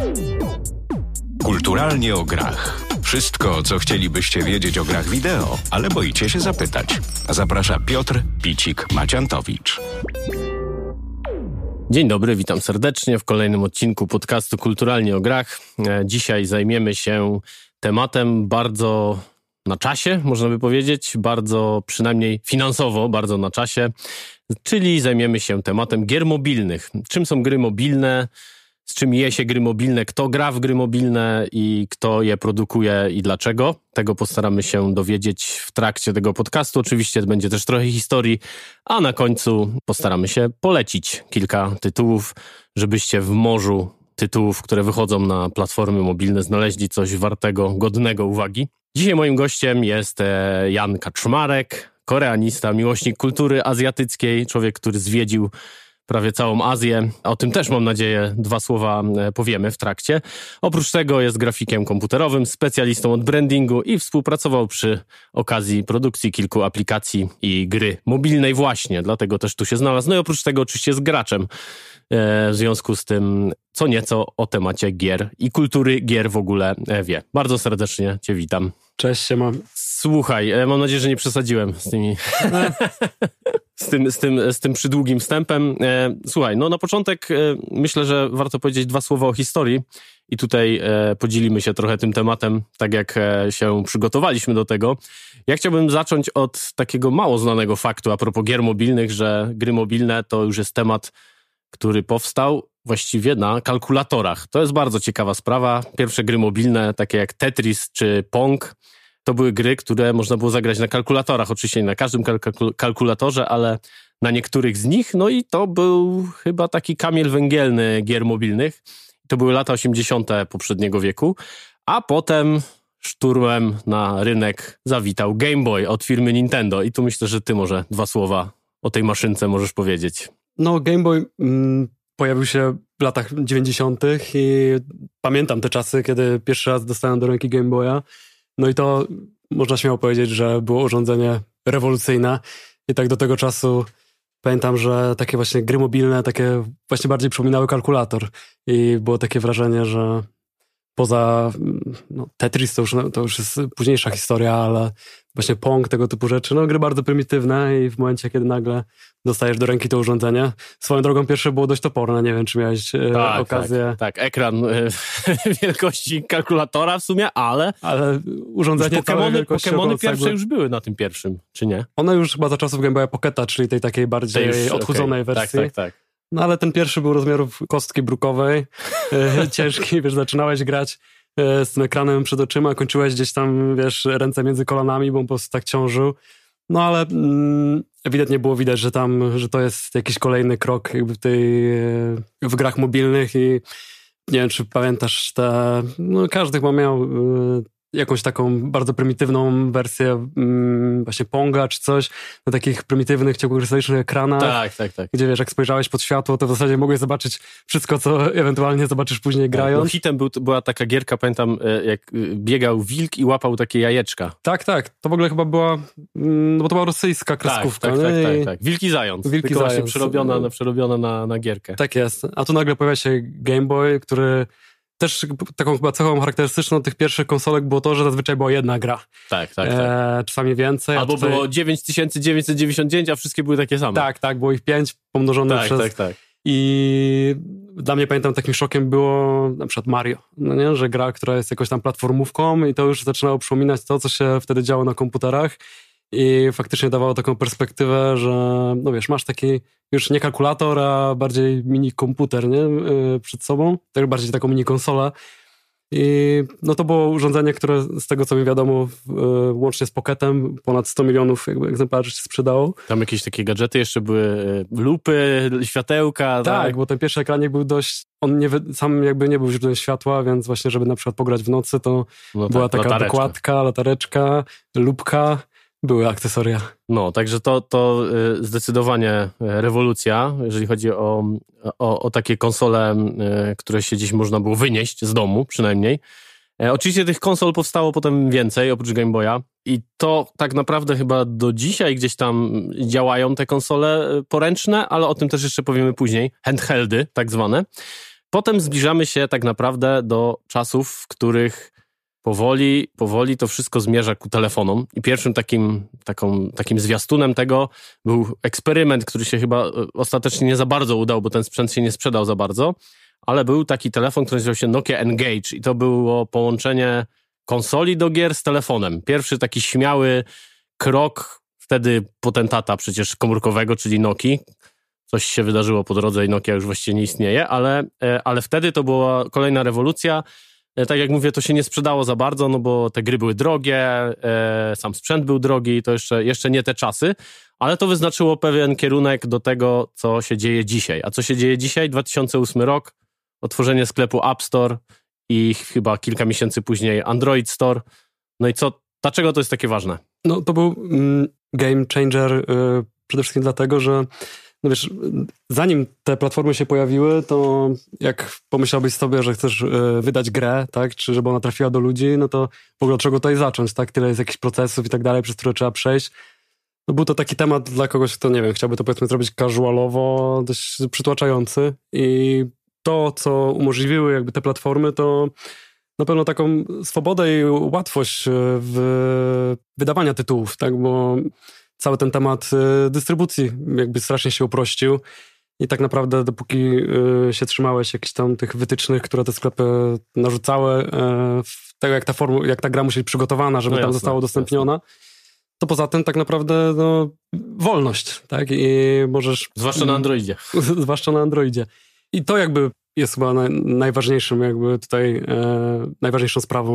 Kulturalnie o grach. Wszystko, co chcielibyście wiedzieć o grach wideo, ale boicie się zapytać. Zaprasza Piotr Picik-Maciantowicz. Dzień dobry, witam serdecznie w kolejnym odcinku podcastu Kulturalnie o grach. Dzisiaj zajmiemy się tematem bardzo na czasie, można by powiedzieć, bardzo przynajmniej finansowo, bardzo na czasie, czyli zajmiemy się tematem gier mobilnych. Czym są gry mobilne, z czym je się gry mobilne, kto gra w gry mobilne i kto je produkuje i dlaczego. Tego postaramy się dowiedzieć w trakcie tego podcastu. Oczywiście będzie też trochę historii, a na końcu postaramy się polecić kilka tytułów, żebyście w morzu tytułów, które wychodzą na platformy mobilne, znaleźli coś wartego, godnego uwagi. Dzisiaj moim gościem jest Jan Kaczmarek, koreanista, miłośnik kultury azjatyckiej, człowiek, który zwiedził prawie całą Azję. O tym też, mam nadzieję, dwa słowa powiemy w trakcie. Oprócz tego jest grafikiem komputerowym, specjalistą od brandingu i współpracował przy okazji produkcji kilku aplikacji i gry mobilnej właśnie, dlatego też tu się znalazł. No i oprócz tego oczywiście jest graczem. W związku z tym co nieco o temacie gier i kultury gier w ogóle wie. Bardzo serdecznie Cię witam. Cześć, siema. Słuchaj, mam nadzieję, że nie przesadziłem z tymi... z tym przydługim wstępem. Słuchaj, no na początek myślę, że warto powiedzieć dwa słowa o historii i tutaj podzielimy się trochę tym tematem, tak jak się przygotowaliśmy do tego. Ja chciałbym zacząć od takiego mało znanego faktu a propos gier mobilnych, że gry mobilne to już jest temat, który powstał właściwie na kalkulatorach. To jest bardzo ciekawa sprawa. Pierwsze gry mobilne, takie jak Tetris czy Pong, to były gry, które można było zagrać na kalkulatorach. Oczywiście nie na każdym kalkulatorze, ale na niektórych z nich. No i to był chyba taki kamień węgielny gier mobilnych. To były lata 80. poprzedniego wieku. A potem szturmem na rynek zawitał Game Boy od firmy Nintendo. I tu myślę, że ty może dwa słowa o tej maszynce możesz powiedzieć. No, Game Boy pojawił się w latach 90. i pamiętam te czasy, kiedy pierwszy raz dostałem do ręki Game Boya. No i to można śmiało powiedzieć, że było urządzenie rewolucyjne i tak do tego czasu pamiętam, że takie właśnie gry mobilne, takie właśnie bardziej przypominały kalkulator i było takie wrażenie, że poza Tetris to już jest późniejsza historia, ale właśnie Pong, tego typu rzeczy, no gry bardzo prymitywne i w momencie, kiedy nagle dostajesz do ręki to urządzenie. Swoją drogą pierwsze było dość toporne, nie wiem, czy miałeś okazję. Tak, ekran wielkości kalkulatora w sumie, ale urządzenie Pokemony pierwsze już były na tym pierwszym, czy nie? One już chyba za czasów Game Boya Pocketa, czyli tej takiej bardziej odchudzonej wersji. Tak. No ale ten pierwszy był rozmiarów kostki brukowej, ciężki, wiesz, zaczynałeś grać z tym ekranem przed oczyma, kończyłeś gdzieś tam, wiesz, ręce między kolanami, bo on po prostu tak ciążył. No ale ewidentnie było widać, że to jest jakiś kolejny krok jakby w grach mobilnych i nie wiem, czy pamiętasz każdy chyba miał jakąś taką bardzo prymitywną wersję właśnie Ponga czy coś, na takich prymitywnych, ciągłych ekranach. Tak. Gdzie wiesz, jak spojrzałeś pod światło, to w zasadzie mogłeś zobaczyć wszystko, co ewentualnie zobaczysz później grając. No hitem była taka gierka, pamiętam, jak biegał wilk i łapał takie jajeczka. Tak. To w ogóle chyba była, bo to była rosyjska kreskówka. Tak. Wilki Zając. Tylko właśnie przerobione na gierkę. Tak jest. A tu nagle pojawia się Game Boy, który też taką chyba cechą charakterystyczną tych pierwszych konsolek było to, że zazwyczaj była jedna gra. Tak. Czasami więcej. Albo było 9999, a wszystkie były takie same. Tak, było ich 5 pomnożone przez... Tak. I dla mnie, pamiętam, takim szokiem było na przykład Mario, no nie? Że gra, która jest jakąś tam platformówką i to już zaczynało przypominać to, co się wtedy działo na komputerach i faktycznie dawało taką perspektywę, że no wiesz, masz taki już nie kalkulator, a bardziej mini komputer, nie? Przed sobą, tak bardziej taką mini konsolę. I no to było urządzenie, które z tego co mi wiadomo łącznie z Pocketem ponad 100 milionów egzemplarzy się sprzedało. Tam jakieś takie gadżety jeszcze były, lupy, światełka. Tak, bo ten pierwszy ekranik był dość, sam jakby nie był źródłem światła, więc właśnie żeby na przykład pograć w nocy, to była taka dokładka, latareczka, lupka, były akcesoria. No, także to zdecydowanie rewolucja, jeżeli chodzi o takie konsole, które się gdzieś można było wynieść z domu przynajmniej. Oczywiście tych konsol powstało potem więcej, oprócz Game Boya. I to tak naprawdę chyba do dzisiaj gdzieś tam działają te konsole poręczne, ale o tym też jeszcze powiemy później. Handheldy tak zwane. potem zbliżamy się tak naprawdę do czasów, w których powoli to wszystko zmierza ku telefonom. I pierwszym takim zwiastunem tego był eksperyment, który się chyba ostatecznie nie za bardzo udał, bo ten sprzęt się nie sprzedał za bardzo, ale był taki telefon, który nazywał się Nokia N-Gage i to było połączenie konsoli do gier z telefonem. Pierwszy taki śmiały krok wtedy potentata przecież komórkowego, czyli Nokii. Coś się wydarzyło po drodze i Nokia już właściwie nie istnieje, ale wtedy to była kolejna rewolucja. Tak jak mówię, to się nie sprzedało za bardzo, no bo te gry były drogie, sam sprzęt był drogi, to jeszcze nie te czasy, ale to wyznaczyło pewien kierunek do tego, co się dzieje dzisiaj. A co się dzieje dzisiaj? 2008 rok, otworzenie sklepu App Store i chyba kilka miesięcy później Android Store. No i dlaczego to jest takie ważne? No to był game changer przede wszystkim dlatego, że no wiesz, zanim te platformy się pojawiły, to jak pomyślałbyś sobie, że chcesz wydać grę, tak, czy żeby ona trafiła do ludzi, no to w ogóle od czego tutaj zacząć, tak? Tyle jest jakichś procesów i tak dalej, przez które trzeba przejść. No był to taki temat dla kogoś, kto, nie wiem, chciałby to powiedzmy zrobić casualowo, dość przytłaczający i to, co umożliwiły jakby te platformy, to na pewno taką swobodę i łatwość w wydawania tytułów, tak, bo cały ten temat dystrybucji jakby strasznie się uprościł i tak naprawdę dopóki się trzymałeś jakichś tam tych wytycznych, które te sklepy narzucały, tego jak ta gra musi być przygotowana, żeby tam została udostępniona, to poza tym tak naprawdę no, wolność, tak, i możesz... Zwłaszcza na Androidzie. Zwłaszcza na Androidzie. I to jakby jest chyba najważniejszym jakby tutaj, najważniejszą sprawą,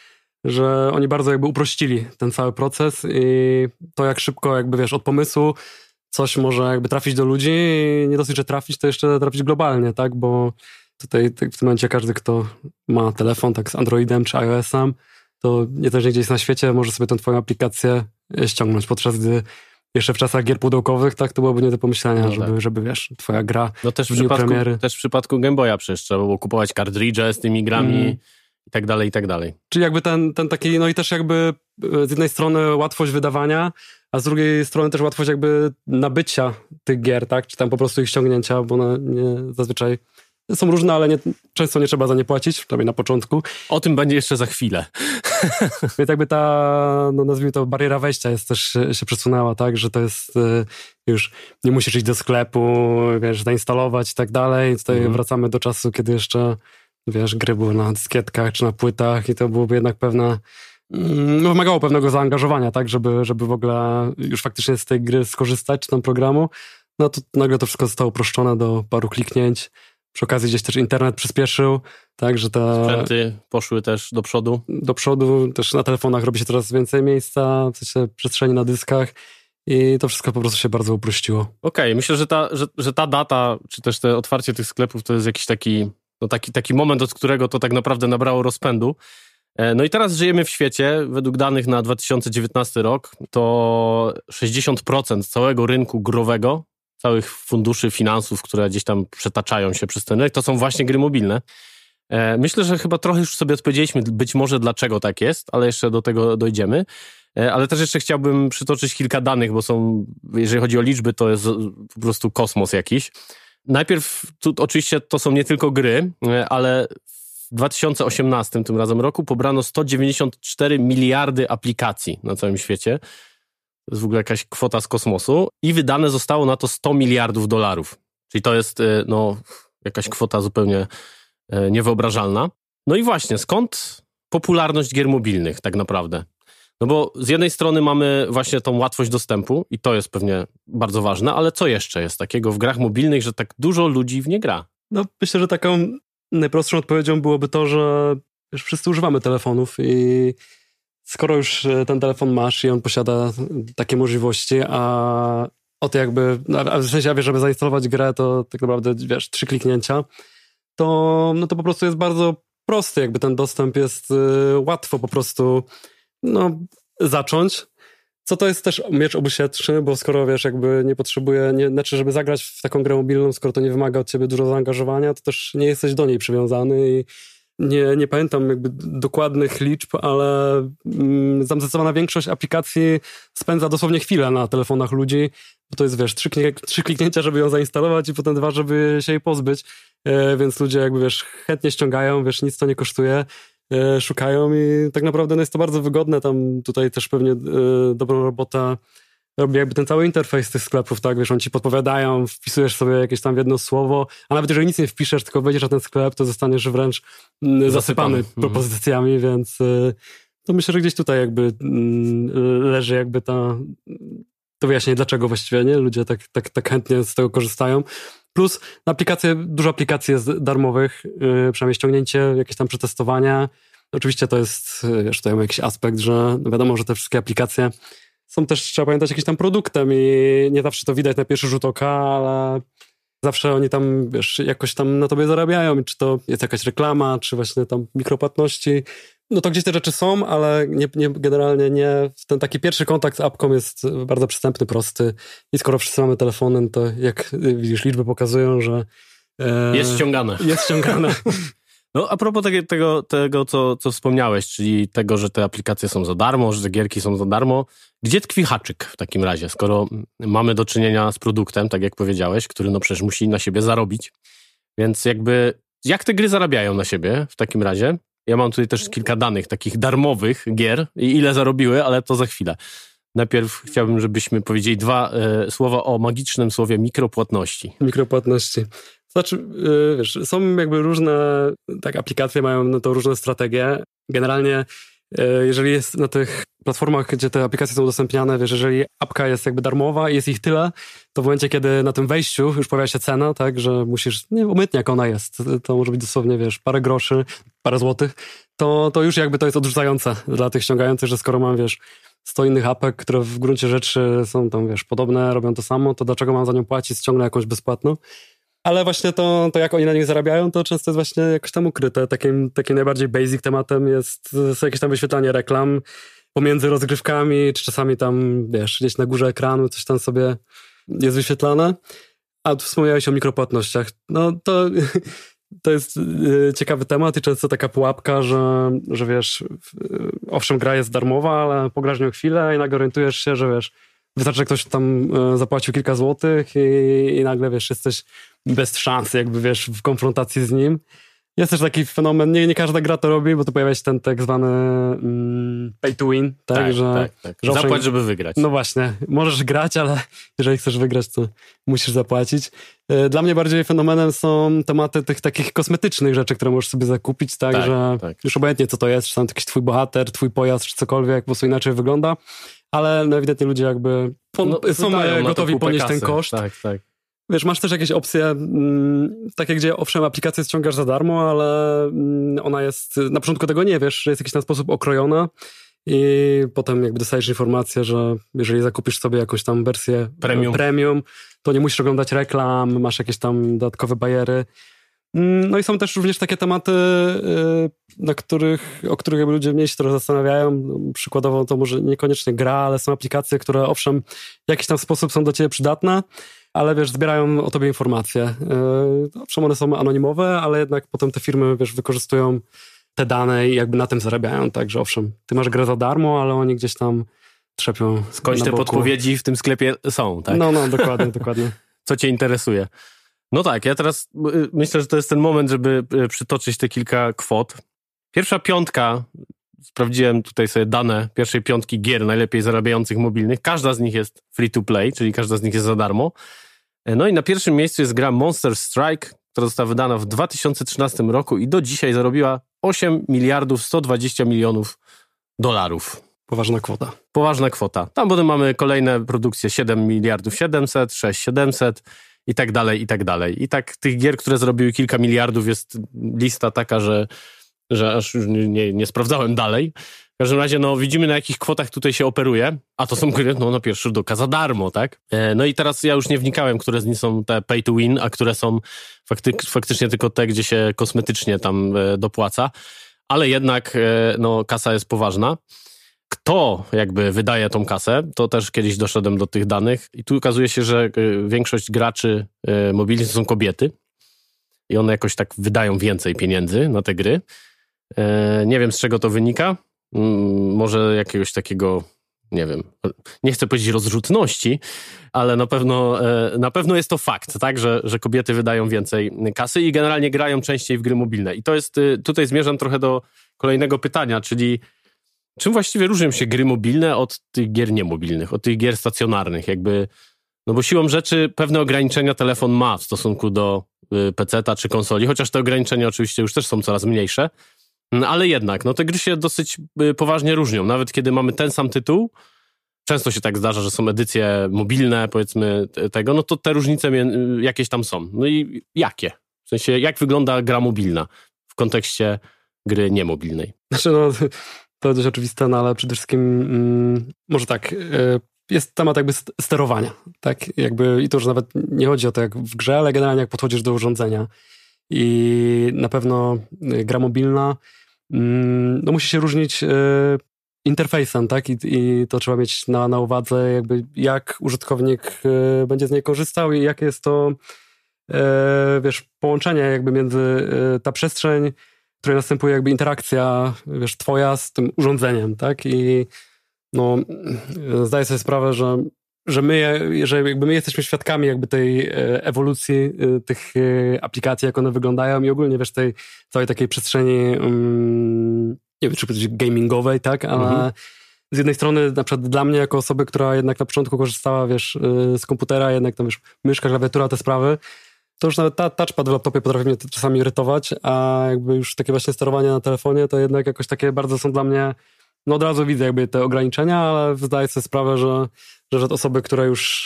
że oni bardzo jakby uprościli ten cały proces i to jak szybko jakby wiesz, od pomysłu coś może jakby trafić do ludzi i nie dosyć, że trafić, to jeszcze trafić globalnie, tak, bo tutaj w tym momencie każdy, kto ma telefon tak z Androidem czy iOS-em, to niezależnie gdzieś na świecie może sobie tę twoją aplikację ściągnąć, podczas gdy jeszcze w czasach gier pudełkowych, tak, to byłoby nie do pomyślenia, no żeby wiesz, twoja gra no też w premiery. Też w przypadku Game Boya przecież trzeba było kupować kartridże z tymi grami i tak dalej, i tak dalej. Czyli jakby ten taki, no i też jakby z jednej strony łatwość wydawania, a z drugiej strony też łatwość jakby nabycia tych gier, tak, czy tam po prostu ich ściągnięcia, bo one zazwyczaj są różne, ale często nie trzeba za nie płacić, przynajmniej na początku. O tym będzie jeszcze za chwilę. Więc jakby ta, no nazwijmy to, bariera wejścia jest też się przesunęła, tak, że to jest już, nie musisz iść do sklepu, wiesz, zainstalować i tak dalej. Tutaj wracamy do czasu, kiedy jeszcze, wiesz, gry były na dyskietkach czy na płytach i to byłoby jednak wymagało pewnego zaangażowania, tak, żeby w ogóle już faktycznie z tej gry skorzystać, czy tam programu. No to nagle to wszystko zostało uproszczone do paru kliknięć. Przy okazji gdzieś też internet przyspieszył, tak, że te sprzęty poszły też do przodu. Do przodu, też na telefonach robi się coraz więcej miejsca, w sensie przestrzeni na dyskach i to wszystko po prostu się bardzo uprościło. Okej, myślę, że ta data, czy też te otwarcie tych sklepów to jest jakiś taki moment, od którego to tak naprawdę nabrało rozpędu. No i teraz żyjemy w świecie, według danych na 2019 rok, to 60% całego rynku growego, całych funduszy, finansów, które gdzieś tam przetaczają się przez ten rynek, to są właśnie gry mobilne. Myślę, że chyba trochę już sobie odpowiedzieliśmy być może dlaczego tak jest, ale jeszcze do tego dojdziemy. Ale też jeszcze chciałbym przytoczyć kilka danych, bo jeżeli chodzi o liczby, to jest po prostu kosmos jakiś. Najpierw, tu oczywiście to są nie tylko gry, ale w 2018 tym razem roku pobrano 194 miliardy aplikacji na całym świecie. To jest w ogóle jakaś kwota z kosmosu i wydane zostało na to 100 miliardów dolarów. Czyli to jest jakaś kwota zupełnie niewyobrażalna. No i właśnie, skąd popularność gier mobilnych tak naprawdę? No bo z jednej strony mamy właśnie tą łatwość dostępu i to jest pewnie bardzo ważne, ale co jeszcze jest takiego w grach mobilnych, że tak dużo ludzi w nie gra? No myślę, że taką najprostszą odpowiedzią byłoby to, że już wszyscy używamy telefonów i skoro już ten telefon masz i on posiada takie możliwości, a w sensie, żeby zainstalować grę, to tak naprawdę, wiesz, 3 kliknięcia, to po prostu jest bardzo prosty, jakby ten dostęp jest łatwo po prostu zacząć. Co to jest też miecz obusieczny, bo skoro, wiesz, jakby nie potrzebuje, znaczy, żeby zagrać w taką grę mobilną, skoro to nie wymaga od ciebie dużo zaangażowania, to też nie jesteś do niej przywiązany i nie pamiętam jakby dokładnych liczb, ale zdecydowana większość aplikacji spędza dosłownie chwilę na telefonach ludzi, bo to jest, wiesz, 3 kliknięcia, żeby ją zainstalować i potem 2, żeby się jej pozbyć, więc ludzie jakby, wiesz, chętnie ściągają, wiesz, nic to nie kosztuje, szukają i tak naprawdę no jest to bardzo wygodne, tam tutaj też pewnie dobrą robotę robi jakby ten cały interfejs tych sklepów, tak, wiesz, oni ci podpowiadają, wpisujesz sobie jakieś tam jedno słowo, a nawet jeżeli nic nie wpiszesz, tylko wejdziesz na ten sklep, to zostaniesz wręcz zasypany propozycjami, więc to myślę, że gdzieś tutaj jakby leży jakby to wyjaśnienie, dlaczego właściwie, nie? Ludzie tak chętnie z tego korzystają. Plus dużo aplikacji jest darmowych, przynajmniej ściągnięcie, jakieś tam przetestowania. Oczywiście to jest, wiesz, tutaj ma jakiś aspekt, że no wiadomo, że te wszystkie aplikacje są też, trzeba pamiętać, jakimś tam produktem i nie zawsze to widać na pierwszy rzut oka, ale zawsze oni tam, wiesz, jakoś tam na tobie zarabiają i czy to jest jakaś reklama, czy właśnie tam mikropłatności. No to gdzieś te rzeczy są, ale generalnie nie. Ten taki pierwszy kontakt z apką jest bardzo przystępny, prosty i skoro wszyscy mamy telefony, to jak widzisz, liczby pokazują, że jest ściągane. Jest ściągane. No a propos tego co wspomniałeś, czyli tego, że te aplikacje są za darmo, że te gierki są za darmo, gdzie tkwi haczyk w takim razie, skoro mamy do czynienia z produktem, tak jak powiedziałeś, który no przecież musi na siebie zarobić, więc jakby jak te gry zarabiają na siebie w takim razie? Ja mam tutaj też kilka danych takich darmowych gier i ile zarobiły, ale to za chwilę. Najpierw chciałbym, żebyśmy powiedzieli 2 słowa o magicznym słowie mikropłatności. Mikropłatności. Znaczy, wiesz, są jakby różne, tak, aplikacje mają no to różne strategie. Generalnie, jeżeli jest na tych platformach, gdzie te aplikacje są udostępniane, wiesz, jeżeli apka jest jakby darmowa i jest ich tyle, to w momencie, kiedy na tym wejściu już pojawia się cena, tak, że musisz, nie obojętnie jak ona jest, to może być dosłownie, wiesz, parę groszy, parę złotych, to już jakby to jest odrzucające dla tych ściągających, że skoro mam, wiesz, 100 innych apek, które w gruncie rzeczy są tam, wiesz, podobne, robią to samo, to dlaczego mam za nią płacić, ściągnę jakąś bezpłatną? Ale właśnie to jak oni na nich zarabiają, to często jest właśnie jakoś tam ukryte. Takim najbardziej basic tematem jest jakieś tam wyświetlanie reklam pomiędzy rozgrywkami, czy czasami tam, wiesz, gdzieś na górze ekranu coś tam sobie jest wyświetlane. A tu wspomniałeś o mikropłatnościach. No to jest ciekawy temat i często taka pułapka, że wiesz, owszem, gra jest darmowa, ale pograsz nią chwilę i nagle orientujesz się, że wiesz, wystarczy, że ktoś tam zapłacił kilka złotych i nagle, wiesz, jesteś bez szansy, jakby, wiesz, w konfrontacji z nim. Jest też taki fenomen, nie każda gra to robi, bo tu pojawia się ten tak zwany pay to win, tak? Że zapłać, żeby wygrać. No właśnie, możesz grać, ale jeżeli chcesz wygrać, to musisz zapłacić. Dla mnie bardziej fenomenem są tematy tych takich kosmetycznych rzeczy, które możesz sobie zakupić, tak, że już obojętnie co to jest, czy tam jakiś twój bohater, twój pojazd, czy cokolwiek, po prostu inaczej wygląda, ale no ewidentnie ludzie jakby są gotowi ponieść ten koszt. Tak. Wiesz, masz też jakieś opcje, takie, gdzie owszem, aplikację ściągasz za darmo, ale ona jest, na początku tego nie wiesz, że jest jakiś tam sposób okrojona i potem jakby dostajesz informację, że jeżeli zakupisz sobie jakąś tam wersję premium, to nie musisz oglądać reklam, masz jakieś tam dodatkowe bariery. No i są też również takie tematy, o których jakby ludzie mniej się trochę zastanawiają. Przykładowo to może niekoniecznie gra, ale są aplikacje, które owszem w jakiś tam sposób są do ciebie przydatne, ale wiesz, zbierają o tobie informacje. Owszem, one są anonimowe, ale jednak potem te firmy, wiesz, wykorzystują te dane i jakby na tym zarabiają. Także owszem, ty masz grę za darmo, ale oni gdzieś tam trzepią. Skądś te podpowiedzi w tym sklepie są, tak? No, dokładnie. Co cię interesuje? No tak, ja teraz myślę, że to jest ten moment, żeby przytoczyć te kilka kwot. Pierwsza 5, sprawdziłem tutaj sobie dane pierwszej 5 gier najlepiej zarabiających mobilnych. Każda z nich jest free to play, czyli każda z nich jest za darmo. No i na pierwszym miejscu jest gra Monster Strike, która została wydana w 2013 roku i do dzisiaj zarobiła 8 miliardów 120 milionów dolarów. Poważna kwota. Tam potem mamy kolejne produkcje 7 miliardów 700, 6 700 i tak dalej, i tak dalej. I tak tych gier, które zrobiły kilka miliardów, jest lista taka, że aż już nie sprawdzałem dalej. W każdym razie, no widzimy, na jakich kwotach tutaj się operuje, a to są gry, no na pierwszy rzut oka za darmo, tak? No i teraz ja już nie wnikałem, które z nich są te pay to win, a które są faktycznie tylko te, gdzie się kosmetycznie tam dopłaca, ale jednak no kasa jest poważna. Kto jakby wydaje tą kasę, to też kiedyś doszedłem do tych danych i tu okazuje się, że większość graczy mobilnych to są kobiety i one jakoś tak wydają więcej pieniędzy na te gry. Nie wiem, z czego to wynika. Może jakiegoś takiego, nie wiem, nie chcę powiedzieć rozrzutności, ale na pewno jest to fakt, tak, że kobiety wydają więcej kasy i generalnie grają częściej w gry mobilne. I to jest, tutaj zmierzam trochę do kolejnego pytania, czyli czym właściwie różnią się gry mobilne od tych gier niemobilnych, od tych gier stacjonarnych? Jakby, no bo siłą rzeczy pewne ograniczenia telefon ma w stosunku do PC-ta czy konsoli, chociaż te ograniczenia oczywiście już też są coraz mniejsze, ale jednak, no te gry się dosyć poważnie różnią. Nawet kiedy mamy ten sam tytuł, często się tak zdarza, że są edycje mobilne, powiedzmy tego, no to te różnice jakieś tam są. No i jakie? W sensie, jak wygląda gra mobilna w kontekście gry niemobilnej? Znaczy, no, to dość oczywiste, no ale przede wszystkim może tak, jest temat jakby sterowania, tak? Jakby, i to już nawet nie chodzi o to jak w grze, ale generalnie jak podchodzisz do urządzenia. I na pewno gra mobilna no musi się różnić interfejsem, tak? I to trzeba mieć na uwadze, jakby jak użytkownik będzie z niej korzystał i jakie jest to wiesz, połączenie jakby między ta przestrzeń, w której następuje jakby interakcja, wiesz, twoja z tym urządzeniem, tak? I no, zdaję sobie sprawę, że my jesteśmy świadkami jakby tej ewolucji tych aplikacji, jak one wyglądają i ogólnie, wiesz, tej całej takiej przestrzeni nie wiem, czy powiedzieć gamingowej, tak, ale z jednej strony na przykład dla mnie jako osoby, która jednak na początku korzystała, wiesz, z komputera, jednak tam, wiesz, myszka, klawiatura, te sprawy, to już nawet touchpad w laptopie potrafi mnie czasami irytować, a jakby już takie właśnie sterowanie na telefonie, to jednak jakoś takie bardzo są dla mnie, no od razu widzę jakby te ograniczenia, ale zdaję sobie sprawę, że osoby, które już,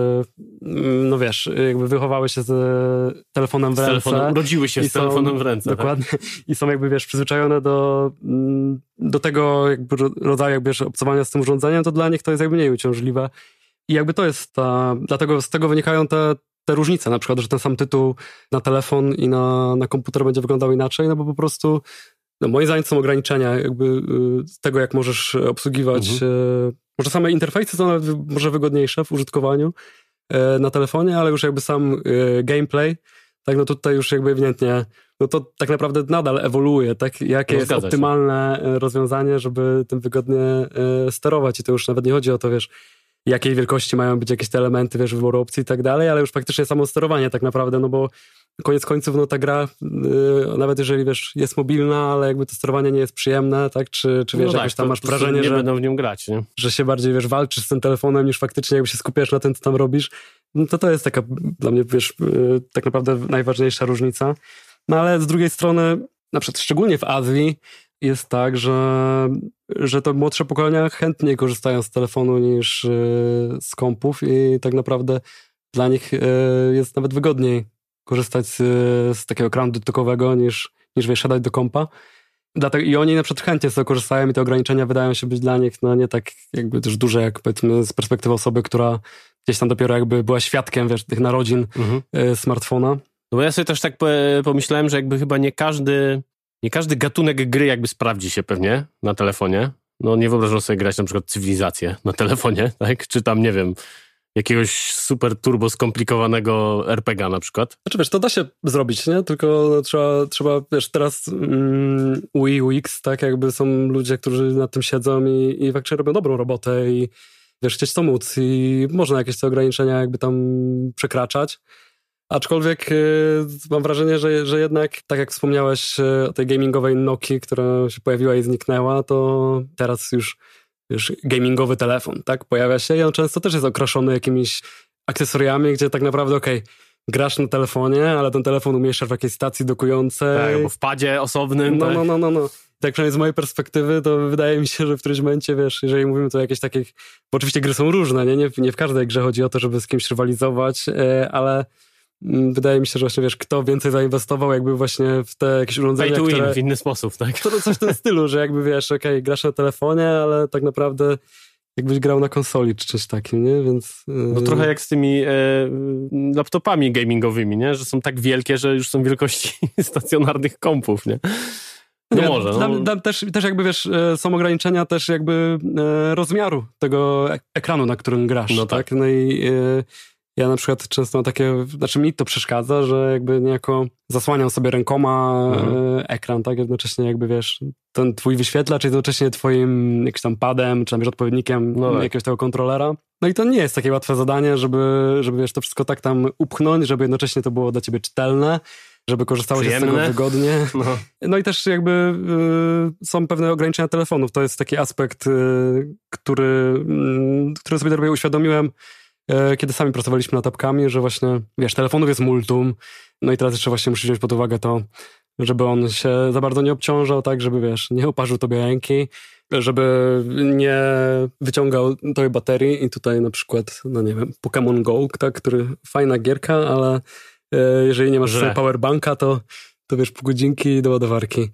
no wiesz, jakby wychowały się z telefonem w ręce. Urodziły się z telefonem w ręce. Dokładnie. Tak? I są jakby, wiesz, przyzwyczajone do tego jakby rodzaju jakby obcowania z tym urządzeniem, to dla nich to jest jakby mniej uciążliwe. I jakby to jest dlatego z tego wynikają te różnice, na przykład, że ten sam tytuł na telefon i na komputer będzie wyglądał inaczej, no bo po prostu no moim zdaniem są ograniczenia jakby z tego, jak możesz obsługiwać może same interfejsy są nawet może wygodniejsze w użytkowaniu na telefonie, ale już jakby sam gameplay, tak, no tutaj już jakby ewidentnie, no to tak naprawdę nadal ewoluuje, tak, jakie jest optymalne rozwiązanie, żeby tym wygodnie sterować i to już nawet nie chodzi o to, wiesz, jakiej wielkości mają być jakieś te elementy, wiesz, wyboru opcji i tak dalej, ale już faktycznie samo sterowanie tak naprawdę, no bo koniec końców, no ta gra, nawet jeżeli, wiesz, jest mobilna, ale jakby to sterowanie nie jest przyjemne, tak, czy wiesz, no jakoś tam masz wrażenie, że będą w nią grać, nie? Że się bardziej, wiesz, walczysz z tym telefonem, niż faktycznie jakby się skupiasz na tym, co tam robisz, no to jest taka dla mnie, wiesz, tak naprawdę najważniejsza różnica. No ale z drugiej strony, na przykład szczególnie w Azji jest tak, że to młodsze pokolenia chętniej korzystają z telefonu niż z kompów i tak naprawdę dla nich jest nawet wygodniej korzystać z takiego ekranu dotykowego niż wiesz, siadać do kompa. Dlatego i oni na przykład chętnie z tego korzystają i te ograniczenia wydają się być dla nich no nie tak jakby też duże, jak powiedzmy z perspektywy osoby, która gdzieś tam dopiero jakby była świadkiem, wiesz, tych narodzin smartfona. No bo ja sobie też tak pomyślałem, że jakby chyba nie każdy gatunek gry jakby sprawdzi się pewnie na telefonie. No nie wyobrażam sobie grać na przykład Cywilizację na telefonie, tak? Czy tam, nie wiem, jakiegoś super turbo skomplikowanego RPG na przykład. Znaczy wiesz, to da się zrobić, nie? Tylko trzeba wiesz, teraz UI, UX, tak? Jakby są ludzie, którzy nad tym siedzą i faktycznie robią dobrą robotę i wiesz, chcieć to móc i można jakieś te ograniczenia jakby tam przekraczać. Aczkolwiek mam wrażenie, że jednak, tak jak wspomniałeś o tej gamingowej Nokii, która się pojawiła i zniknęła, to teraz już gamingowy telefon, tak? Pojawia się i on często też jest okraszony jakimiś akcesoriami, gdzie tak naprawdę grasz na telefonie, ale ten telefon umieszczasz w jakiejś stacji dokującej. Tak, albo w padzie osobnym. No. Tak przynajmniej z mojej perspektywy, to wydaje mi się, że w którymś momencie, wiesz, jeżeli mówimy tu o jakichś takich, bo oczywiście gry są różne, nie w każdej grze chodzi o to, żeby z kimś rywalizować, ale wydaje mi się, że właśnie, wiesz, kto więcej zainwestował jakby właśnie w te jakieś urządzenia, pay to win w inny sposób, tak? To coś w tym stylu, że jakby, wiesz, grasz na telefonie, ale tak naprawdę jakbyś grał na konsoli czy czymś takim, nie? Więc... No trochę jak z tymi laptopami gamingowymi, nie? Że są tak wielkie, że już są wielkości stacjonarnych kompów, nie? No nie, może. Też jakby, wiesz, są ograniczenia też jakby rozmiaru tego ekranu, na którym grasz, no tak? No i ja na przykład często mam takie, znaczy mi to przeszkadza, że jakby niejako zasłaniam sobie rękoma ekran, tak? Jednocześnie jakby wiesz, ten twój wyświetlacz jest jednocześnie twoim jakimś tam padem, czy tam wiesz, odpowiednikiem jakiegoś tego kontrolera. No i to nie jest takie łatwe zadanie, żeby wiesz, to wszystko tak tam upchnąć, żeby jednocześnie to było dla ciebie czytelne, żeby korzystało się z tego wygodnie. No i też jakby są pewne ograniczenia telefonów. To jest taki aspekt, który sobie trochę uświadomiłem, kiedy sami pracowaliśmy nad apkami, że właśnie, wiesz, telefonów jest multum, no i teraz jeszcze właśnie musisz wziąć pod uwagę to, żeby on się za bardzo nie obciążał, tak, żeby, wiesz, nie oparzył tobie ręki, żeby nie wyciągał tobie baterii i tutaj na przykład, no nie wiem, Pokémon Go, tak, który fajna gierka, ale jeżeli nie masz sobie powerbanka, to wiesz, pół godzinki do ładowarki.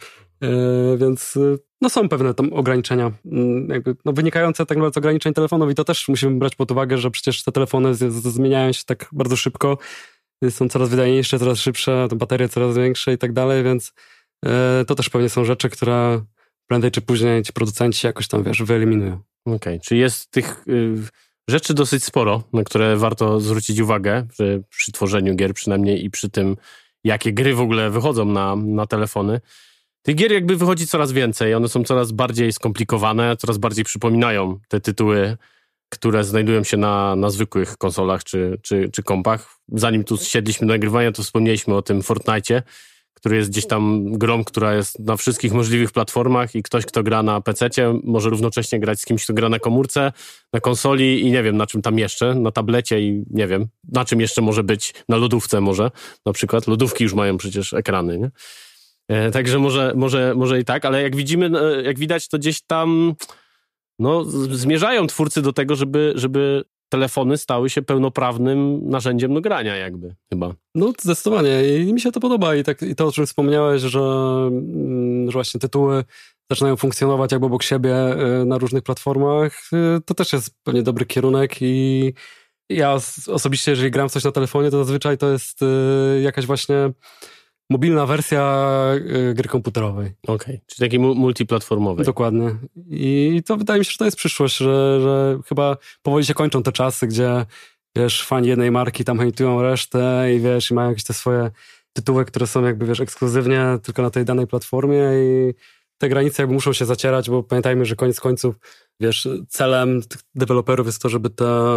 Więc no są pewne tam ograniczenia, jakby, no wynikające tak naprawdę z ograniczeń telefonów i to też musimy brać pod uwagę, że przecież te telefony zmieniają się tak bardzo szybko, są coraz wydajniejsze, coraz szybsze, te baterie coraz większe i tak dalej, więc to też pewnie są rzeczy, które prędzej czy później ci producenci jakoś tam, wiesz, wyeliminują. Okej, czyli jest tych rzeczy dosyć sporo, na które warto zwrócić uwagę przy tworzeniu gier przynajmniej i przy tym, jakie gry w ogóle wychodzą na telefony. Tych gier jakby wychodzi coraz więcej, one są coraz bardziej skomplikowane, coraz bardziej przypominają te tytuły, które znajdują się na zwykłych konsolach czy kompach. Zanim tu siedliśmy do nagrywania, to wspomnieliśmy o tym Fortnite'cie, który jest gdzieś tam grą, która jest na wszystkich możliwych platformach i ktoś, kto gra na PC-cie, może równocześnie grać z kimś, kto gra na komórce, na konsoli i nie wiem, na czym tam jeszcze, na tablecie i nie wiem, na czym jeszcze może być, na lodówce może, na przykład. Lodówki już mają przecież ekrany, nie? Także może i tak, ale jak widzimy, jak widać, to gdzieś tam no, zmierzają twórcy do tego, żeby telefony stały się pełnoprawnym narzędziem do grania jakby, chyba. No zdecydowanie i mi się to podoba i to, o czym wspomniałeś, że właśnie tytuły zaczynają funkcjonować jakby obok siebie na różnych platformach, to też jest pewnie dobry kierunek i ja osobiście, jeżeli gram w coś na telefonie, to zazwyczaj to jest jakaś właśnie mobilna wersja gry komputerowej. Okej, czyli takiej multiplatformowej. Dokładnie. I to wydaje mi się, że to jest przyszłość, że chyba powoli się kończą te czasy, gdzie wiesz, fani jednej marki tam hejtują resztę i wiesz, i mają jakieś te swoje tytuły, które są jakby, wiesz, ekskluzywnie tylko na tej danej platformie i te granice jakby muszą się zacierać, bo pamiętajmy, że koniec końców, wiesz, celem tych deweloperów jest to, żeby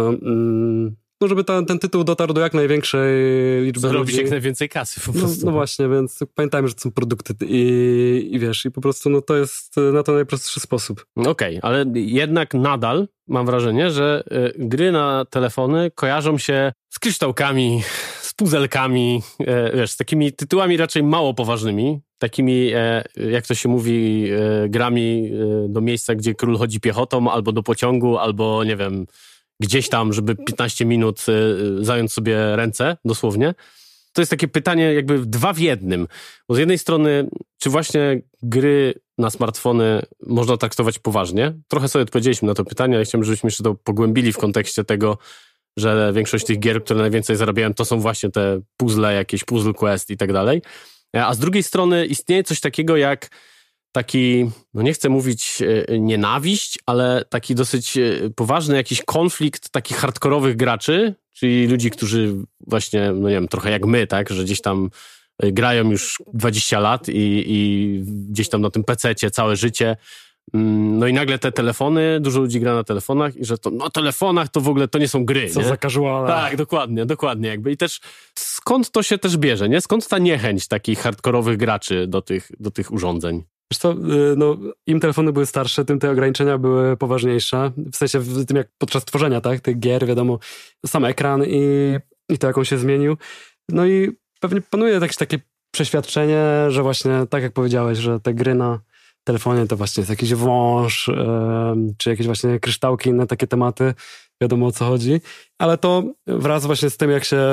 żeby ten tytuł dotarł do jak największej liczby ludzi. Zrobić jak najwięcej kasy po prostu. No właśnie, więc pamiętajmy, że to są produkty i wiesz, i po prostu no to jest na to najprostszy sposób. Okej, ale jednak nadal mam wrażenie, że gry na telefony kojarzą się z kryształkami, z puzelkami, wiesz, z takimi tytułami raczej mało poważnymi, takimi, jak to się mówi, grami do miejsca, gdzie król chodzi piechotą, albo do pociągu, albo nie wiem, gdzieś tam, żeby 15 minut zająć sobie ręce, dosłownie. To jest takie pytanie jakby 2 w 1. Bo z jednej strony, czy właśnie gry na smartfony można traktować poważnie? Trochę sobie odpowiedzieliśmy na to pytanie, ale chciałbym, żebyśmy jeszcze to pogłębili w kontekście tego, że większość tych gier, które najwięcej zarabiają, to są właśnie te puzzle, jakieś Puzzle Quest i tak dalej. A z drugiej strony istnieje coś takiego jak taki, no nie chcę mówić nienawiść, ale taki dosyć poważny jakiś konflikt takich hardkorowych graczy, czyli ludzi, którzy właśnie, no nie wiem, trochę jak my, tak, że gdzieś tam grają już 20 lat i gdzieś tam na tym PC-cie całe życie. No i nagle te telefony, dużo ludzi gra na telefonach i że to na telefonach to w ogóle to nie są gry. Co nie? za casuale. Tak, dokładnie jakby. I też skąd to się też bierze, nie? Skąd ta niechęć takich hardkorowych graczy do tych urządzeń? Wiesz co, no, im telefony były starsze, tym te ograniczenia były poważniejsze. W sensie w tym, jak podczas tworzenia, tak, tych gier, wiadomo, sam ekran i to, jak on się zmienił. No i pewnie panuje jakieś takie przeświadczenie, że właśnie, tak jak powiedziałeś, że te gry na telefonie to właśnie jest jakiś wąż, czy jakieś właśnie kryształki, inne takie tematy. Wiadomo, o co chodzi. Ale to wraz właśnie z tym, jak się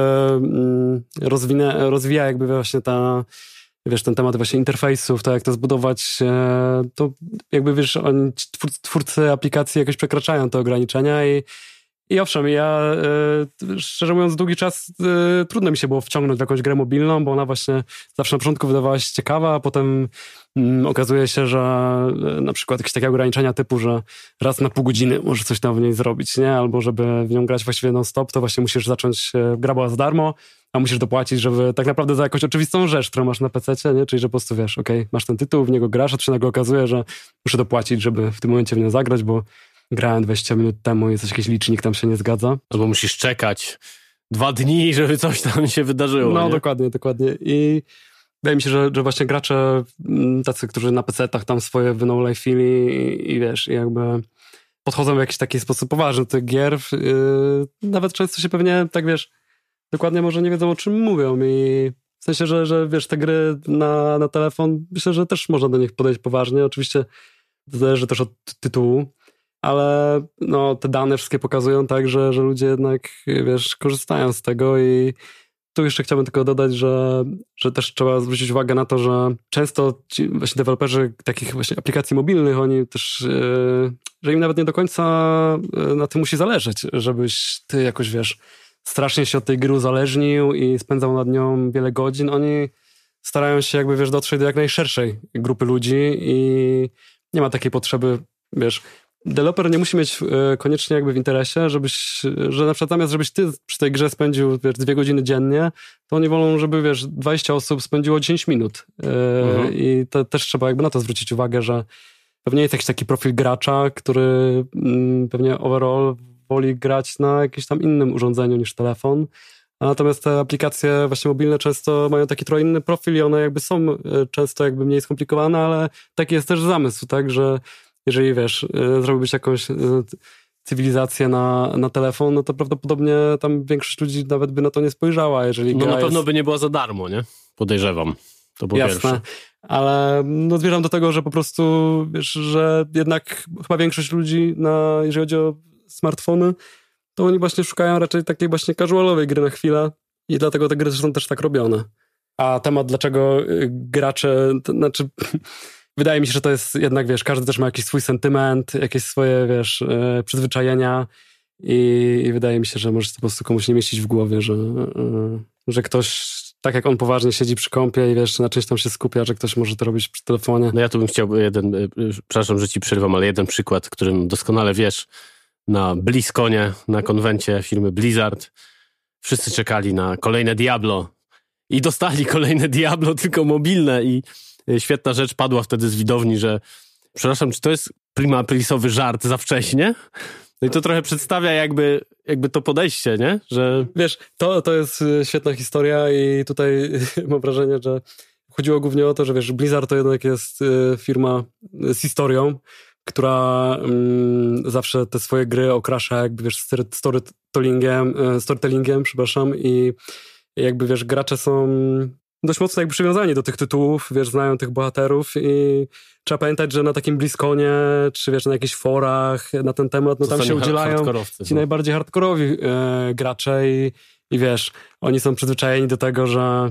rozwija jakby właśnie ten temat właśnie interfejsów, to jak to zbudować, to jakby wiesz, twórcy aplikacji jakoś przekraczają te ograniczenia I owszem, ja szczerze mówiąc długi czas trudno mi się było wciągnąć w jakąś grę mobilną, bo ona właśnie zawsze na początku wydawała się ciekawa, a potem okazuje się, że na przykład jakieś takie ograniczenia typu, że raz na pół godziny możesz coś tam w niej zrobić, nie? Albo żeby w nią grać właściwie non-stop, to właśnie musisz zacząć, gra była za darmo, a musisz dopłacić, żeby tak naprawdę za jakąś oczywistą rzecz, którą masz na PC-cie, nie? Czyli że po prostu wiesz, okej, masz ten tytuł, w niego grasz, a to się nagle okazuje, że muszę dopłacić, żeby w tym momencie w nią zagrać, bo grałem 20 minut temu i coś, jakiś licznik tam się nie zgadza. Albo musisz czekać 2 dni, żeby coś tam się wydarzyło. No, nie? dokładnie. I wydaje mi się, że właśnie gracze tacy, którzy na PC-tach tam swoje wynolejfili i wiesz, jakby podchodzą w jakiś taki sposób poważny do tych gier, nawet często się pewnie, tak wiesz, dokładnie może nie wiedzą, o czym mówią i w sensie, że wiesz, te gry na telefon, myślę, że też można do nich podejść poważnie. Oczywiście zależy też od tytułu, ale no, te dane wszystkie pokazują tak, że ludzie jednak, wiesz, korzystają z tego i tu jeszcze chciałbym tylko dodać, że też trzeba zwrócić uwagę na to, że często ci właśnie deweloperzy takich właśnie aplikacji mobilnych, oni też, że im nawet nie do końca na tym musi zależeć, żebyś ty jakoś, wiesz, strasznie się od tej gry uzależnił i spędzał nad nią wiele godzin. Oni starają się jakby, wiesz, dotrzeć do jak najszerszej grupy ludzi i nie ma takiej potrzeby, wiesz, deweloper nie musi mieć koniecznie jakby w interesie, że na przykład zamiast, żebyś ty przy tej grze spędził, wiesz, 2 godziny dziennie, to oni wolą, żeby, wiesz, 20 osób spędziło 10 minut. I to też trzeba jakby na to zwrócić uwagę, że pewnie jest jakiś taki profil gracza, który pewnie overall woli grać na jakimś tam innym urządzeniu niż telefon. A natomiast te aplikacje właśnie mobilne często mają taki trochę inny profil i one jakby są często jakby mniej skomplikowane, ale taki jest też zamysł, tak, że jeżeli, wiesz, zrobiłbyś jakąś cywilizację na telefon, no to prawdopodobnie tam większość ludzi nawet by na to nie spojrzała, jeżeli no na pewno by nie była za darmo, nie? Podejrzewam. To po pierwsze. Ale no zmierzam do tego, że po prostu, wiesz, że jednak chyba większość ludzi, jeżeli chodzi o smartfony, to oni właśnie szukają raczej takiej właśnie casualowej gry na chwilę i dlatego te gry są też tak robione. A temat, dlaczego gracze, to znaczy wydaje mi się, że to jest jednak, wiesz, każdy też ma jakiś swój sentyment, jakieś swoje, wiesz, przyzwyczajenia i wydaje mi się, że może to po prostu komuś nie mieścić w głowie, że ktoś, tak jak on poważnie siedzi przy kompie i wiesz, na czymś tam się skupia, że ktoś może to robić przy telefonie. No ja tu bym chciał przepraszam, że ci przerwam, ale jeden przykład, którym doskonale wiesz, na BlizzConie, na konwencie firmy Blizzard, wszyscy czekali na kolejne Diablo i dostali kolejne Diablo, tylko mobilne i świetna rzecz padła wtedy z widowni, że przepraszam, czy to jest prima aprilisowy żart za wcześnie? No i to trochę przedstawia jakby to podejście, nie? Że... Wiesz, to jest świetna historia i tutaj mam wrażenie, że chodziło głównie o to, że wiesz, Blizzard to jednak jest firma z historią, która zawsze te swoje gry okrasza jakby, wiesz, storytellingiem, przepraszam, i jakby, wiesz, gracze są dość mocno jakby przywiązani do tych tytułów, wiesz, znają tych bohaterów i trzeba pamiętać, że na takim BlizzConie, czy wiesz, na jakichś forach na ten temat, no tam się udzielają ci najbardziej hardkorowi gracze i wiesz, oni są przyzwyczajeni do tego, że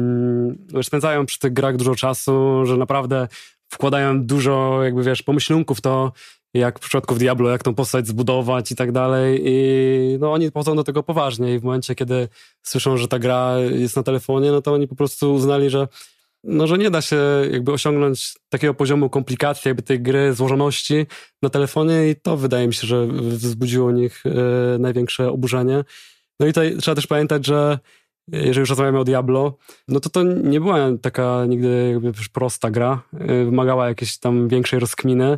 spędzają przy tych grach dużo czasu, że naprawdę wkładają dużo jakby, wiesz, pomyślunków w to, jak w przypadku Diablo, jak tą postać zbudować i tak dalej i no oni podchodzą do tego poważnie i w momencie, kiedy słyszą, że ta gra jest na telefonie, no to oni po prostu uznali, że nie da się jakby osiągnąć takiego poziomu komplikacji jakby tej gry, złożoności na telefonie i to wydaje mi się, że wzbudziło u nich największe oburzenie. No i tutaj trzeba też pamiętać, że jeżeli już rozmawiamy o Diablo, no to nie była taka nigdy jakby prosta gra, wymagała jakiejś tam większej rozkminy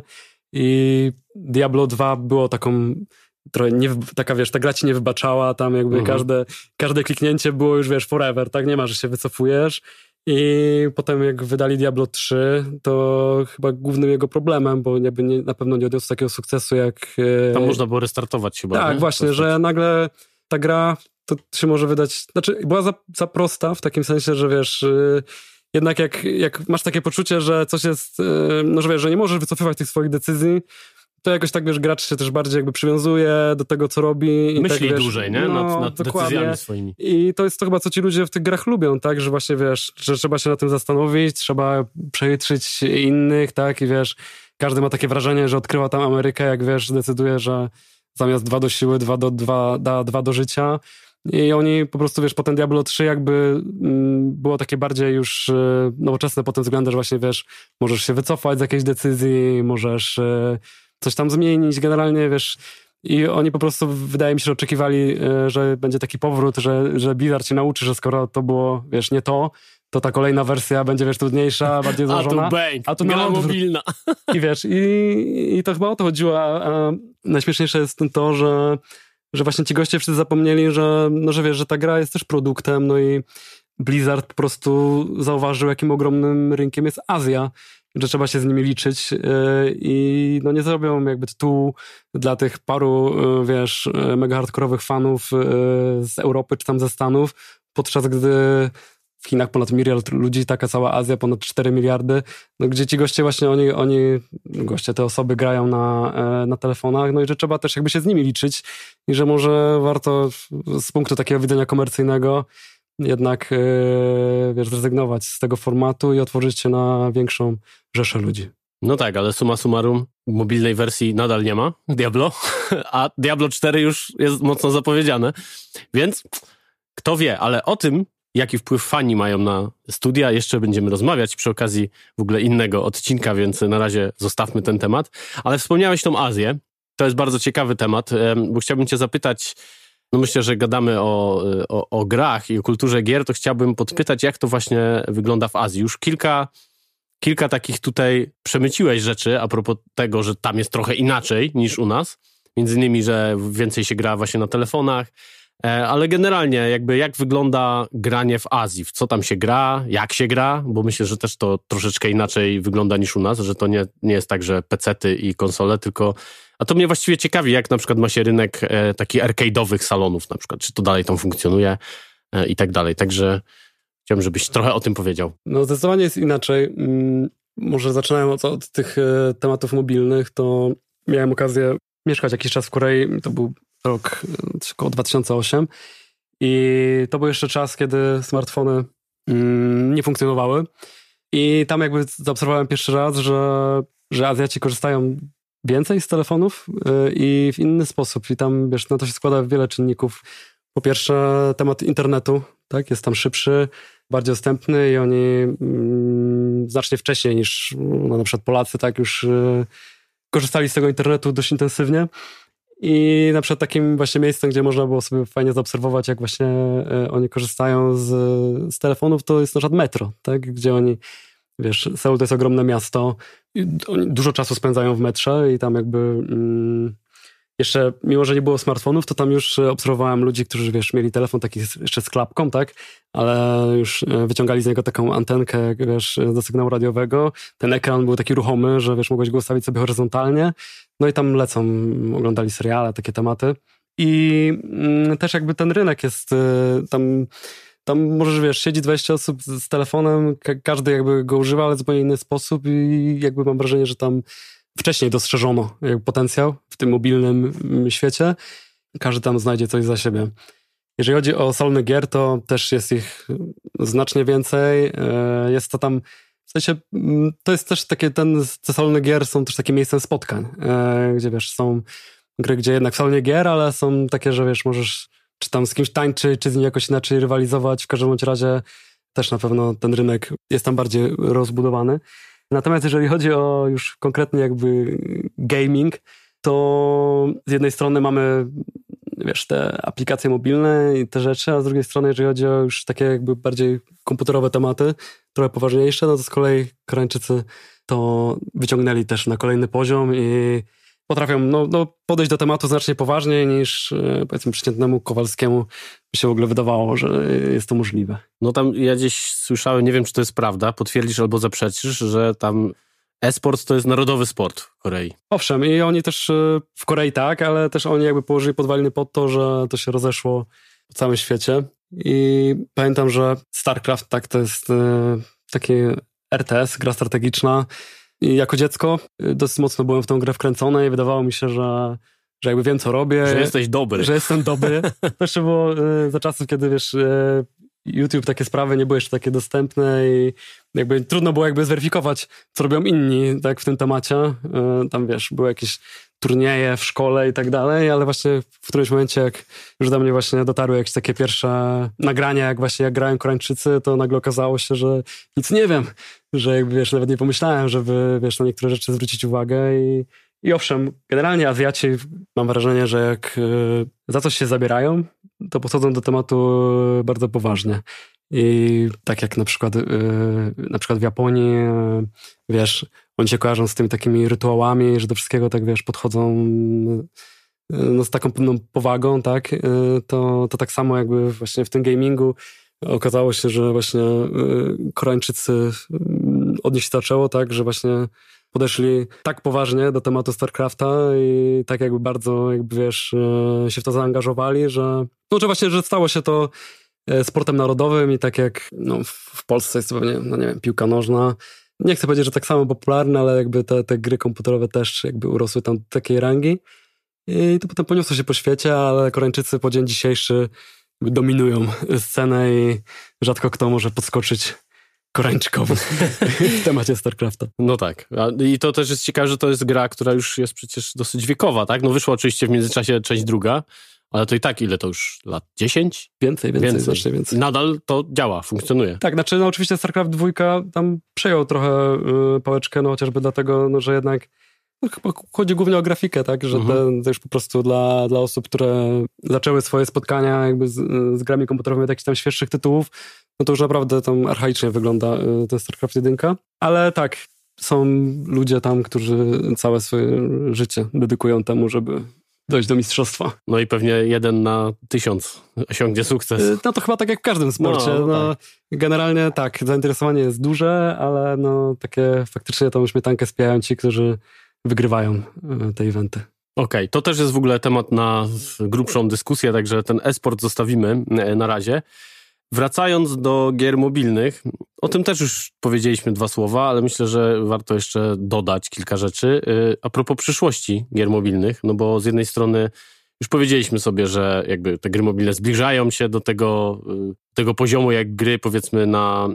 i Diablo 2 było taką trochę taka, wiesz, ta gra ci nie wybaczała, tam jakby każde kliknięcie było już, wiesz, forever, tak? Nie ma, że się wycofujesz. I potem jak wydali Diablo 3, to chyba głównym jego problemem, bo jakby na pewno nie odniósł takiego sukcesu jak... Tam można było restartować chyba. Tak, nie? właśnie, że nagle ta gra to się może wydać... Znaczy była za prosta w takim sensie, że wiesz... Jednak jak masz takie poczucie, że coś jest, że wiesz, że nie możesz wycofywać tych swoich decyzji, to jakoś tak, wiesz, gracz się też bardziej jakby przywiązuje do tego, co robi. Myśli tak, wiesz, dłużej, nie? Nad decyzjami swoimi. I to jest to chyba, co ci ludzie w tych grach lubią, tak? Że właśnie, wiesz, że trzeba się na tym zastanowić, trzeba przejrzyć innych, tak? I wiesz, każdy ma takie wrażenie, że odkrywa tam Amerykę, jak wiesz, decyduje, że zamiast 2 do siły, 2 do 2 da 2 do życia. I oni po prostu, wiesz, po ten Diablo 3 jakby było takie bardziej już nowoczesne pod tym względem, że właśnie, wiesz, możesz się wycofać z jakiejś decyzji, możesz coś tam zmienić, generalnie, wiesz. I oni po prostu, wydaje mi się, że oczekiwali, że będzie taki powrót, że Blizzard się nauczy, że skoro to było, wiesz, nie to ta kolejna wersja będzie, wiesz, trudniejsza, bardziej złożona. A tu gra mobilna. I wiesz, i to chyba o to chodziło, a najśmieszniejsze jest to, że właśnie ci goście wszyscy zapomnieli, że wiesz, że ta gra jest też produktem, no i Blizzard po prostu zauważył, jakim ogromnym rynkiem jest Azja, że trzeba się z nimi liczyć i no nie zrobią jakby tytułu dla tych paru, wiesz, mega hardkorowych fanów z Europy czy tam ze Stanów, podczas gdy w Chinach ponad 1 miliard ludzi, taka cała Azja ponad 4 miliardy, no gdzie ci goście właśnie, goście, te osoby grają na telefonach, no i że trzeba też jakby się z nimi liczyć i że może warto z punktu takiego widzenia komercyjnego jednak, wiesz, zrezygnować z tego formatu i otworzyć się na większą rzeszę ludzi. No tak, ale summa summarum mobilnej wersji nadal nie ma, Diablo, a Diablo 4 już jest mocno zapowiedziane, więc kto wie, ale o tym, jaki wpływ fani mają na studia, jeszcze będziemy rozmawiać przy okazji w ogóle innego odcinka, więc na razie zostawmy ten temat. Ale wspomniałeś tą Azję, to jest bardzo ciekawy temat, bo chciałbym cię zapytać, no myślę, że gadamy o grach i o kulturze gier, to chciałbym podpytać, jak to właśnie wygląda w Azji. Już kilka takich tutaj przemyciłeś rzeczy a propos tego, że tam jest trochę inaczej niż u nas. Między innymi, że więcej się gra właśnie na telefonach, ale generalnie jakby jak wygląda granie w Azji, w co tam się gra, jak się gra, bo myślę, że też to troszeczkę inaczej wygląda niż u nas, że to nie jest tak, że pecety i konsole, tylko, a to mnie właściwie ciekawi, jak na przykład ma się rynek takich arcade'owych salonów na przykład, czy to dalej tam funkcjonuje i tak dalej, także chciałbym, żebyś trochę o tym powiedział. No zdecydowanie jest inaczej, może zaczynając od tych tematów mobilnych, to miałem okazję mieszkać jakiś czas w Korei, to był rok około 2008 i to był jeszcze czas, kiedy smartfony nie funkcjonowały i tam jakby zaobserwowałem pierwszy raz, że Azjaci korzystają więcej z telefonów i w inny sposób i tam, wiesz, na to się składa wiele czynników. Po pierwsze temat internetu, tak, jest tam szybszy, bardziej dostępny i oni znacznie wcześniej niż no, na przykład Polacy, tak, już korzystali z tego internetu dość intensywnie. I na przykład takim właśnie miejscem, gdzie można było sobie fajnie zaobserwować, jak właśnie oni korzystają z telefonów, to jest na przykład metro, tak? Gdzie oni, wiesz, Seul to jest ogromne miasto, i oni dużo czasu spędzają w metrze i tam jakby jeszcze, mimo że nie było smartfonów, to tam już obserwowałem ludzi, którzy, wiesz, mieli telefon taki jeszcze z klapką, tak? Ale już wyciągali z niego taką antenkę, wiesz, do sygnału radiowego. Ten ekran był taki ruchomy, że, wiesz, mogłeś go ustawić sobie horyzontalnie. No i tam lecą, oglądali seriale, takie tematy. I też jakby ten rynek jest tam możesz, wiesz, siedzi 20 osób z telefonem, każdy jakby go używa, ale w zupełnie inny sposób i jakby mam wrażenie, że tam wcześniej dostrzeżono jakby potencjał w tym mobilnym świecie. Każdy tam znajdzie coś za siebie. Jeżeli chodzi o salony gier, to też jest ich znacznie więcej. Jest to tam, w sensie, to jest też takie, te salony gier są też takim miejscem spotkań, gdzie, wiesz, są gry, gdzie jednak w salonie gier, ale są takie, że, wiesz, możesz czy tam z kimś tańczyć, czy z nim jakoś inaczej rywalizować. W każdym bądź razie też na pewno ten rynek jest tam bardziej rozbudowany. Natomiast jeżeli chodzi o już konkretnie jakby gaming, to z jednej strony mamy, wiesz, te aplikacje mobilne i te rzeczy, a z drugiej strony, jeżeli chodzi o już takie jakby bardziej komputerowe tematy, trochę poważniejsze, no to z kolei Koreańczycy to wyciągnęli też na kolejny poziom i potrafią no, podejść do tematu znacznie poważniej niż, powiedzmy, przeciętnemu Kowalskiemu by się w ogóle wydawało, że jest to możliwe. No tam ja gdzieś słyszałem, nie wiem, czy to jest prawda, potwierdzisz albo zaprzeczysz, że tam e-sport to jest narodowy sport w Korei. Owszem, i oni też w Korei tak, ale też oni jakby położyli podwaliny pod to, że to się rozeszło po całym świecie. I pamiętam, że StarCraft, tak, to jest taki RTS, gra strategiczna. I jako dziecko dosyć mocno byłem w tę grę wkręcony i wydawało mi się, że jakby wiem, co robię. Że jesteś dobry. Że jestem dobry. To jeszcze było za czasów, kiedy, wiesz, YouTube, takie sprawy nie były jeszcze takie dostępne i jakby trudno było jakby zweryfikować, co robią inni, tak, w tym temacie. Tam, wiesz, były jakieś turnieje w szkole i tak dalej, ale właśnie w którymś momencie, jak już do mnie właśnie dotarły jakieś takie pierwsze nagrania, jak grają Koreańczycy, to nagle okazało się, że nic nie wiem, że jakby, wiesz, nawet nie pomyślałem, żeby, wiesz, na niektóre rzeczy zwrócić uwagę i owszem, generalnie Azjaci, mam wrażenie, że jak za coś się zabierają, to podchodzą do tematu bardzo poważnie. I tak jak na przykład w Japonii, wiesz, oni się kojarzą z tymi takimi rytuałami, że do wszystkiego tak, wiesz, podchodzą no, z taką pewną powagą, tak, to tak samo jakby właśnie w tym gamingu okazało się, że właśnie Koreańczycy od nich się zaczęło, tak, że właśnie podeszli tak poważnie do tematu StarCrafta i tak jakby bardzo, jakby, wiesz, się w to zaangażowali, że właśnie, że stało się to sportem narodowym i tak jak no, w Polsce jest to pewnie, no nie wiem, piłka nożna. Nie chcę powiedzieć, że tak samo popularne, ale jakby te gry komputerowe też jakby urosły tam do takiej rangi. I to potem poniosło się po świecie, ale Koreańczycy po dzień dzisiejszy dominują scenę i rzadko kto może podskoczyć Koreańczykowi w temacie StarCrafta. No tak. I to też jest ciekawe, że to jest gra, która już jest przecież dosyć wiekowa, tak? No wyszła oczywiście w międzyczasie część druga, ale to i tak ile to już lat? 10? Więcej, znacznie więcej. Nadal to działa, funkcjonuje. Tak, znaczy no oczywiście StarCraft 2 tam przejął trochę pałeczkę, no chociażby dlatego, no, że jednak no, chyba chodzi głównie o grafikę, tak, że to już po prostu dla osób, które zaczęły swoje spotkania jakby z grami komputerowymi od jakichś tam świeższych tytułów, no to już naprawdę tam archaicznie wygląda ten StarCraft 1, ale tak, są ludzie tam, którzy całe swoje życie dedykują temu, żeby dojść do mistrzostwa. No i pewnie 1 na 1000 osiągnie sukces. No to chyba tak jak w każdym sporcie. No, tak. Generalnie tak, zainteresowanie jest duże, ale no takie faktycznie tą śmietankę spijają ci, którzy wygrywają te eventy. Okej, to też jest w ogóle temat na grubszą dyskusję, także ten e-sport zostawimy na razie. Wracając do gier mobilnych, o tym też już powiedzieliśmy 2 słowa, ale myślę, że warto jeszcze dodać kilka rzeczy. A propos przyszłości gier mobilnych, no bo z jednej strony już powiedzieliśmy sobie, że jakby te gry mobilne zbliżają się do tego poziomu jak gry powiedzmy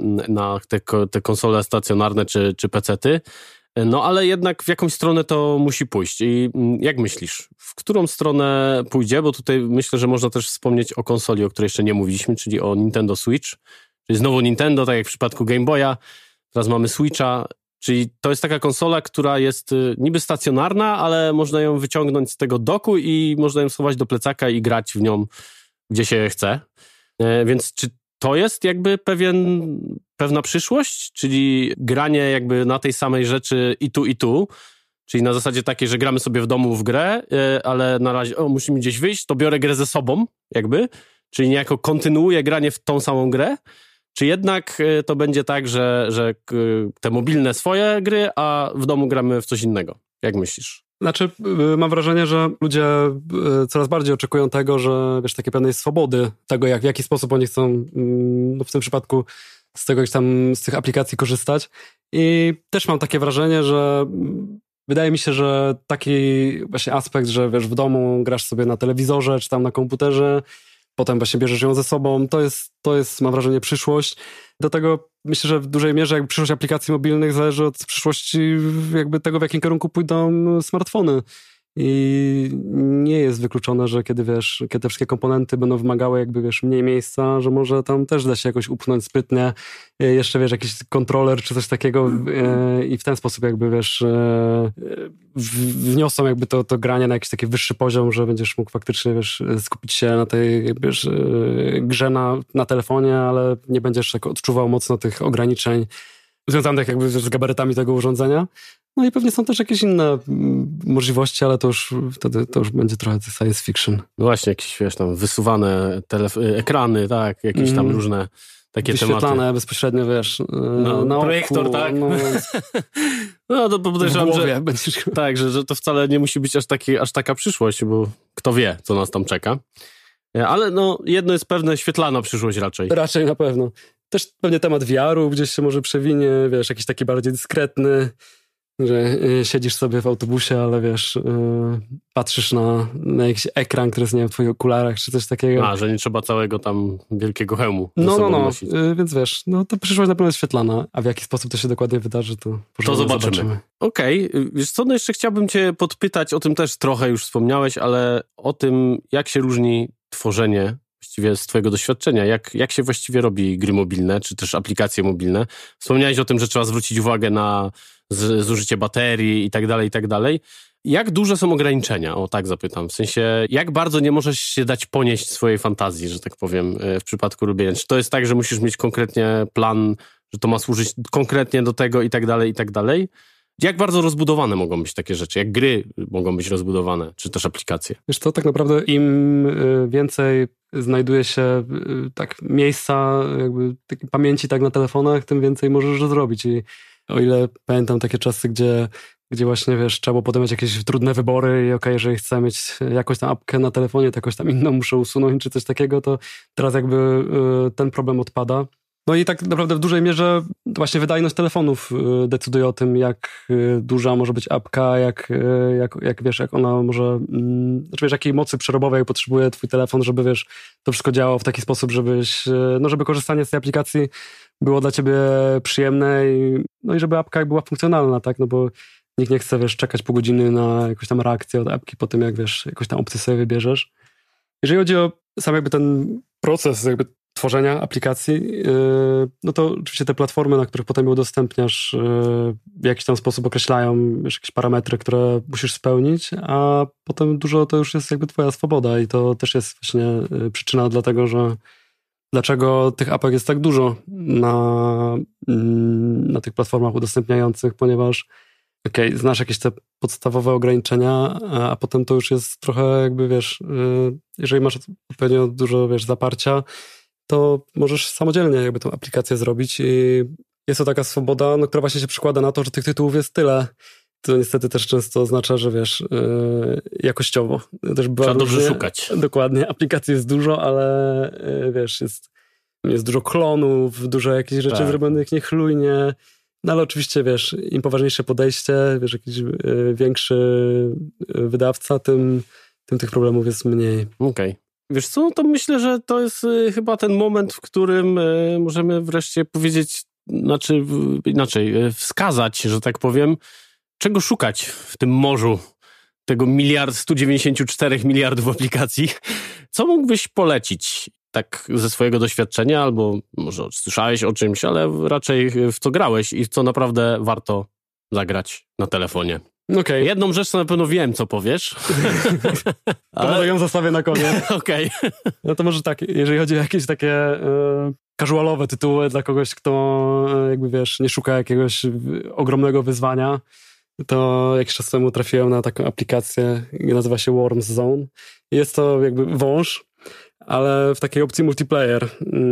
na te konsole stacjonarne czy PC-ty. No ale jednak w jakąś stronę to musi pójść. I jak myślisz, w którą stronę pójdzie? Bo tutaj myślę, że można też wspomnieć o konsoli, o której jeszcze nie mówiliśmy, czyli o Nintendo Switch. Czyli znowu Nintendo, tak jak w przypadku Game Boya. Teraz mamy Switcha. Czyli to jest taka konsola, która jest niby stacjonarna, ale można ją wyciągnąć z tego doku i można ją schować do plecaka i grać w nią, gdzie się chce. Więc czy to jest jakby pewna przyszłość, czyli granie jakby na tej samej rzeczy i tu, czyli na zasadzie takiej, że gramy sobie w domu w grę, ale na razie musimy gdzieś wyjść, to biorę grę ze sobą jakby, czyli niejako kontynuuję granie w tą samą grę, czy jednak to będzie tak, że te mobilne swoje gry, a w domu gramy w coś innego? Jak myślisz? Znaczy, mam wrażenie, że ludzie coraz bardziej oczekują tego, że wiesz, takiej pewnej swobody, tego w jaki sposób oni chcą, no w tym przypadku z tych aplikacji korzystać. I też mam takie wrażenie, że wydaje mi się, że taki właśnie aspekt, że wiesz, w domu grasz sobie na telewizorze, czy tam na komputerze, potem właśnie bierzesz ją ze sobą, to jest mam wrażenie, przyszłość. Do tego myślę, że w dużej mierze jakby przyszłość aplikacji mobilnych zależy od przyszłości jakby tego, w jakim kierunku pójdą smartfony. I nie jest wykluczone, że kiedy te wszystkie komponenty będą wymagały jakby, wiesz, mniej miejsca, że może tam też da się jakoś upchnąć sprytnie jeszcze, wiesz, jakiś kontroler czy coś takiego i w ten sposób jakby, wiesz, wniosą jakby to granie na jakiś taki wyższy poziom, że będziesz mógł faktycznie, wiesz, skupić się na tej, wiesz, grze na telefonie, ale nie będziesz tak odczuwał mocno tych ograniczeń związanych jakby z gabarytami tego urządzenia. No i pewnie są też jakieś inne możliwości, ale to już wtedy to już będzie trochę science fiction. No właśnie, jakieś, wiesz, tam wysuwane ekrany, tak, jakieś tam różne takie tematy. Wyświetlane bezpośrednio, wiesz, na projektor, oku, tak? No to podejrzewam, że tak, że to wcale nie musi być aż taka przyszłość, bo kto wie, co nas tam czeka. Ale no, jedno jest pewne, świetlana przyszłość raczej. Raczej na pewno. Też pewnie temat VR-u gdzieś się może przewinie, wiesz, jakiś taki bardziej dyskretny. że siedzisz sobie w autobusie, ale wiesz, patrzysz na jakiś ekran, który jest, nie wiem, w twoich okularach, czy coś takiego. Że nie trzeba całego tam wielkiego hełmu No, więc wiesz, no to przyszłość na pewno jest świetlana, a w jaki sposób to się dokładnie wydarzy, to zobaczymy. Okej. Wiesz co, no jeszcze chciałbym cię podpytać, o tym też trochę już wspomniałeś, ale o tym, jak się różni tworzenie właściwie z twojego doświadczenia, jak się właściwie robi gry mobilne, czy też aplikacje mobilne. Wspomniałeś o tym, że trzeba zwrócić uwagę na zużycie baterii i tak dalej. Jak duże są ograniczenia? O, tak zapytam. W sensie, jak bardzo nie możesz się dać ponieść swojej fantazji, że tak powiem, w przypadku robienia? Czy to jest tak, że musisz mieć konkretnie plan, że to ma służyć konkretnie do tego i tak dalej? Jak bardzo rozbudowane mogą być takie rzeczy? Jak gry mogą być rozbudowane? Czy też aplikacje? Wiesz co, tak naprawdę im więcej znajduje się tak miejsca, jakby takiej pamięci tak na telefonach, tym więcej możesz zrobić. I o ile pamiętam takie czasy, gdzie właśnie, wiesz, trzeba było podejmować jakieś trudne wybory i okej, jeżeli chcę mieć jakąś tam apkę na telefonie, to jakąś tam inną muszę usunąć, czy coś takiego, to teraz jakby ten problem odpada. No i tak naprawdę w dużej mierze właśnie wydajność telefonów decyduje o tym, jak duża może być apka, jak wiesz, jak ona może, znaczy wiesz, jakiej mocy przerobowej potrzebuje twój telefon, żeby, wiesz, to wszystko działało w taki sposób, żeby korzystanie z tej aplikacji było dla ciebie przyjemne i żeby apka była funkcjonalna, tak, no bo nikt nie chce, wiesz, czekać pół godziny na jakąś tam reakcję od apki po tym, jak, wiesz, jakąś tam opcję sobie wybierzesz. Jeżeli chodzi o sam jakby ten proces jakby tworzenia aplikacji, no to oczywiście te platformy, na których potem ją udostępniasz, w jakiś tam sposób określają, wiesz, jakieś parametry, które musisz spełnić, a potem dużo to już jest jakby twoja swoboda i to też jest właśnie przyczyna dlaczego tych apek jest tak dużo na tych platformach udostępniających, ponieważ znasz jakieś te podstawowe ograniczenia, a potem to już jest trochę jakby, wiesz, jeżeli masz odpowiednio dużo, wiesz, zaparcia, to możesz samodzielnie jakby tą aplikację zrobić i jest to taka swoboda, no, która właśnie się przekłada na to, że tych tytułów jest tyle. To niestety też często oznacza, że wiesz, jakościowo. Też trzeba dobrze szukać. Dokładnie, aplikacji jest dużo, ale wiesz, jest dużo klonów, dużo jakichś rzeczy zrobionych niechlujnie. No ale oczywiście, wiesz, im poważniejsze podejście, wiesz, jakiś większy wydawca, tym tych problemów jest mniej. Okej. Wiesz co, no to myślę, że to jest chyba ten moment, w którym możemy wreszcie powiedzieć, inaczej, wskazać, że tak powiem, czego szukać w tym morzu tego 194 miliardów aplikacji. Co mógłbyś polecić tak ze swojego doświadczenia, albo może słyszałeś o czymś, ale raczej w co grałeś i w co naprawdę warto zagrać na telefonie? Okay. Jedną rzecz to na pewno wiem, co powiesz. Ale ją zostawię na koniec. Okej. No to może tak, jeżeli chodzi o jakieś takie casualowe tytuły dla kogoś, kto jakby, wiesz, nie szuka jakiegoś ogromnego wyzwania, to jakiś czas temu trafiłem na taką aplikację, nazywa się Worms Zone. Jest to jakby wąż, ale w takiej opcji multiplayer,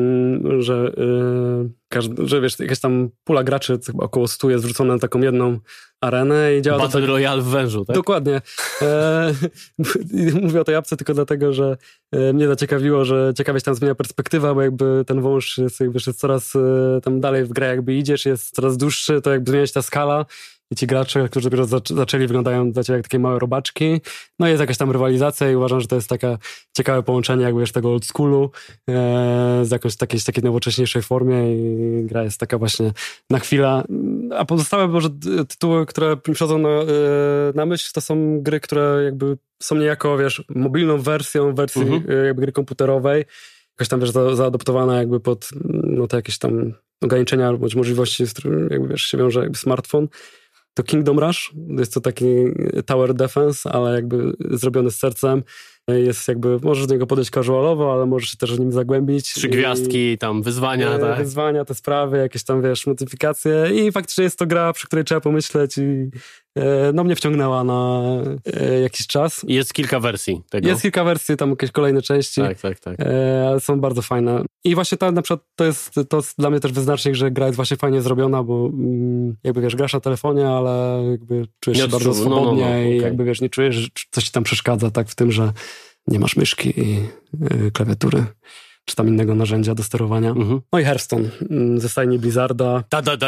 że wiesz, jakaś tam pula graczy, chyba około 100 jest wrzucona na taką jedną arenę i działa Battle Royale w wężu, tak? Dokładnie. Mówię o tej apce tylko dlatego, że mnie zaciekawiło, że ciekawie się tam zmienia perspektywa, bo jakby ten wąż jest coraz tam dalej w grę jakby idziesz, jest coraz dłuższy, to jakby zmienia się ta skala i ci gracze, którzy dopiero zaczęli, wyglądają dla ciebie jak takie małe robaczki. No jest jakaś tam rywalizacja i uważam, że to jest taka ciekawe połączenie jakby wiesz tego old schoolu z jakąś takiej nowocześniejszej formie i gra jest taka właśnie na chwilę. A pozostałe może tytuły, które mi przychodzą na myśl, to są gry, które jakby są niejako, wiesz, mobilną wersji jakby gry komputerowej. Jakoś tam, wiesz, zaadoptowana jakby pod te jakieś tam ograniczenia bądź możliwości, z którym jakby, wiesz, się wiąże jakby smartfon. To Kingdom Rush, jest to taki tower defense, ale jakby zrobiony z sercem. Jest jakby, możesz do niego podejść casualowo, ale możesz się też w nim zagłębić. 3 gwiazdki, tam wyzwania, tak? Wyzwania, te sprawy, jakieś tam, wiesz, modyfikacje i faktycznie jest to gra, przy której trzeba pomyśleć i no mnie wciągnęła na jakiś czas. I jest kilka wersji tego. Jest kilka wersji, tam jakieś kolejne części. Tak. Ale są bardzo fajne. I właśnie na przykład to jest dla mnie też wyznacznik, że gra jest właśnie fajnie zrobiona, bo jakby, wiesz, grasz na telefonie, ale jakby czujesz się bardzo swobodnie i jakby, wiesz, nie czujesz, że coś ci tam przeszkadza, tak, w tym, że nie masz myszki i klawiatury. czy tam innego narzędzia do sterowania. No i Hearthstone ze stajni Blizzarda.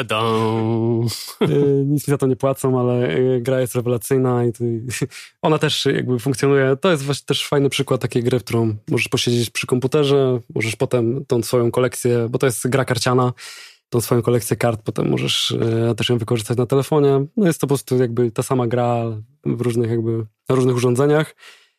Nic mi za to nie płacą, ale gra jest rewelacyjna i ona też jakby funkcjonuje. To jest właśnie też fajny przykład takiej gry, w którą możesz posiedzieć przy komputerze, możesz potem tą swoją kolekcję, bo to jest gra karciana, tą swoją kolekcję kart potem możesz też ją wykorzystać na telefonie. No jest to po prostu jakby ta sama gra w różnych jakby, na różnych urządzeniach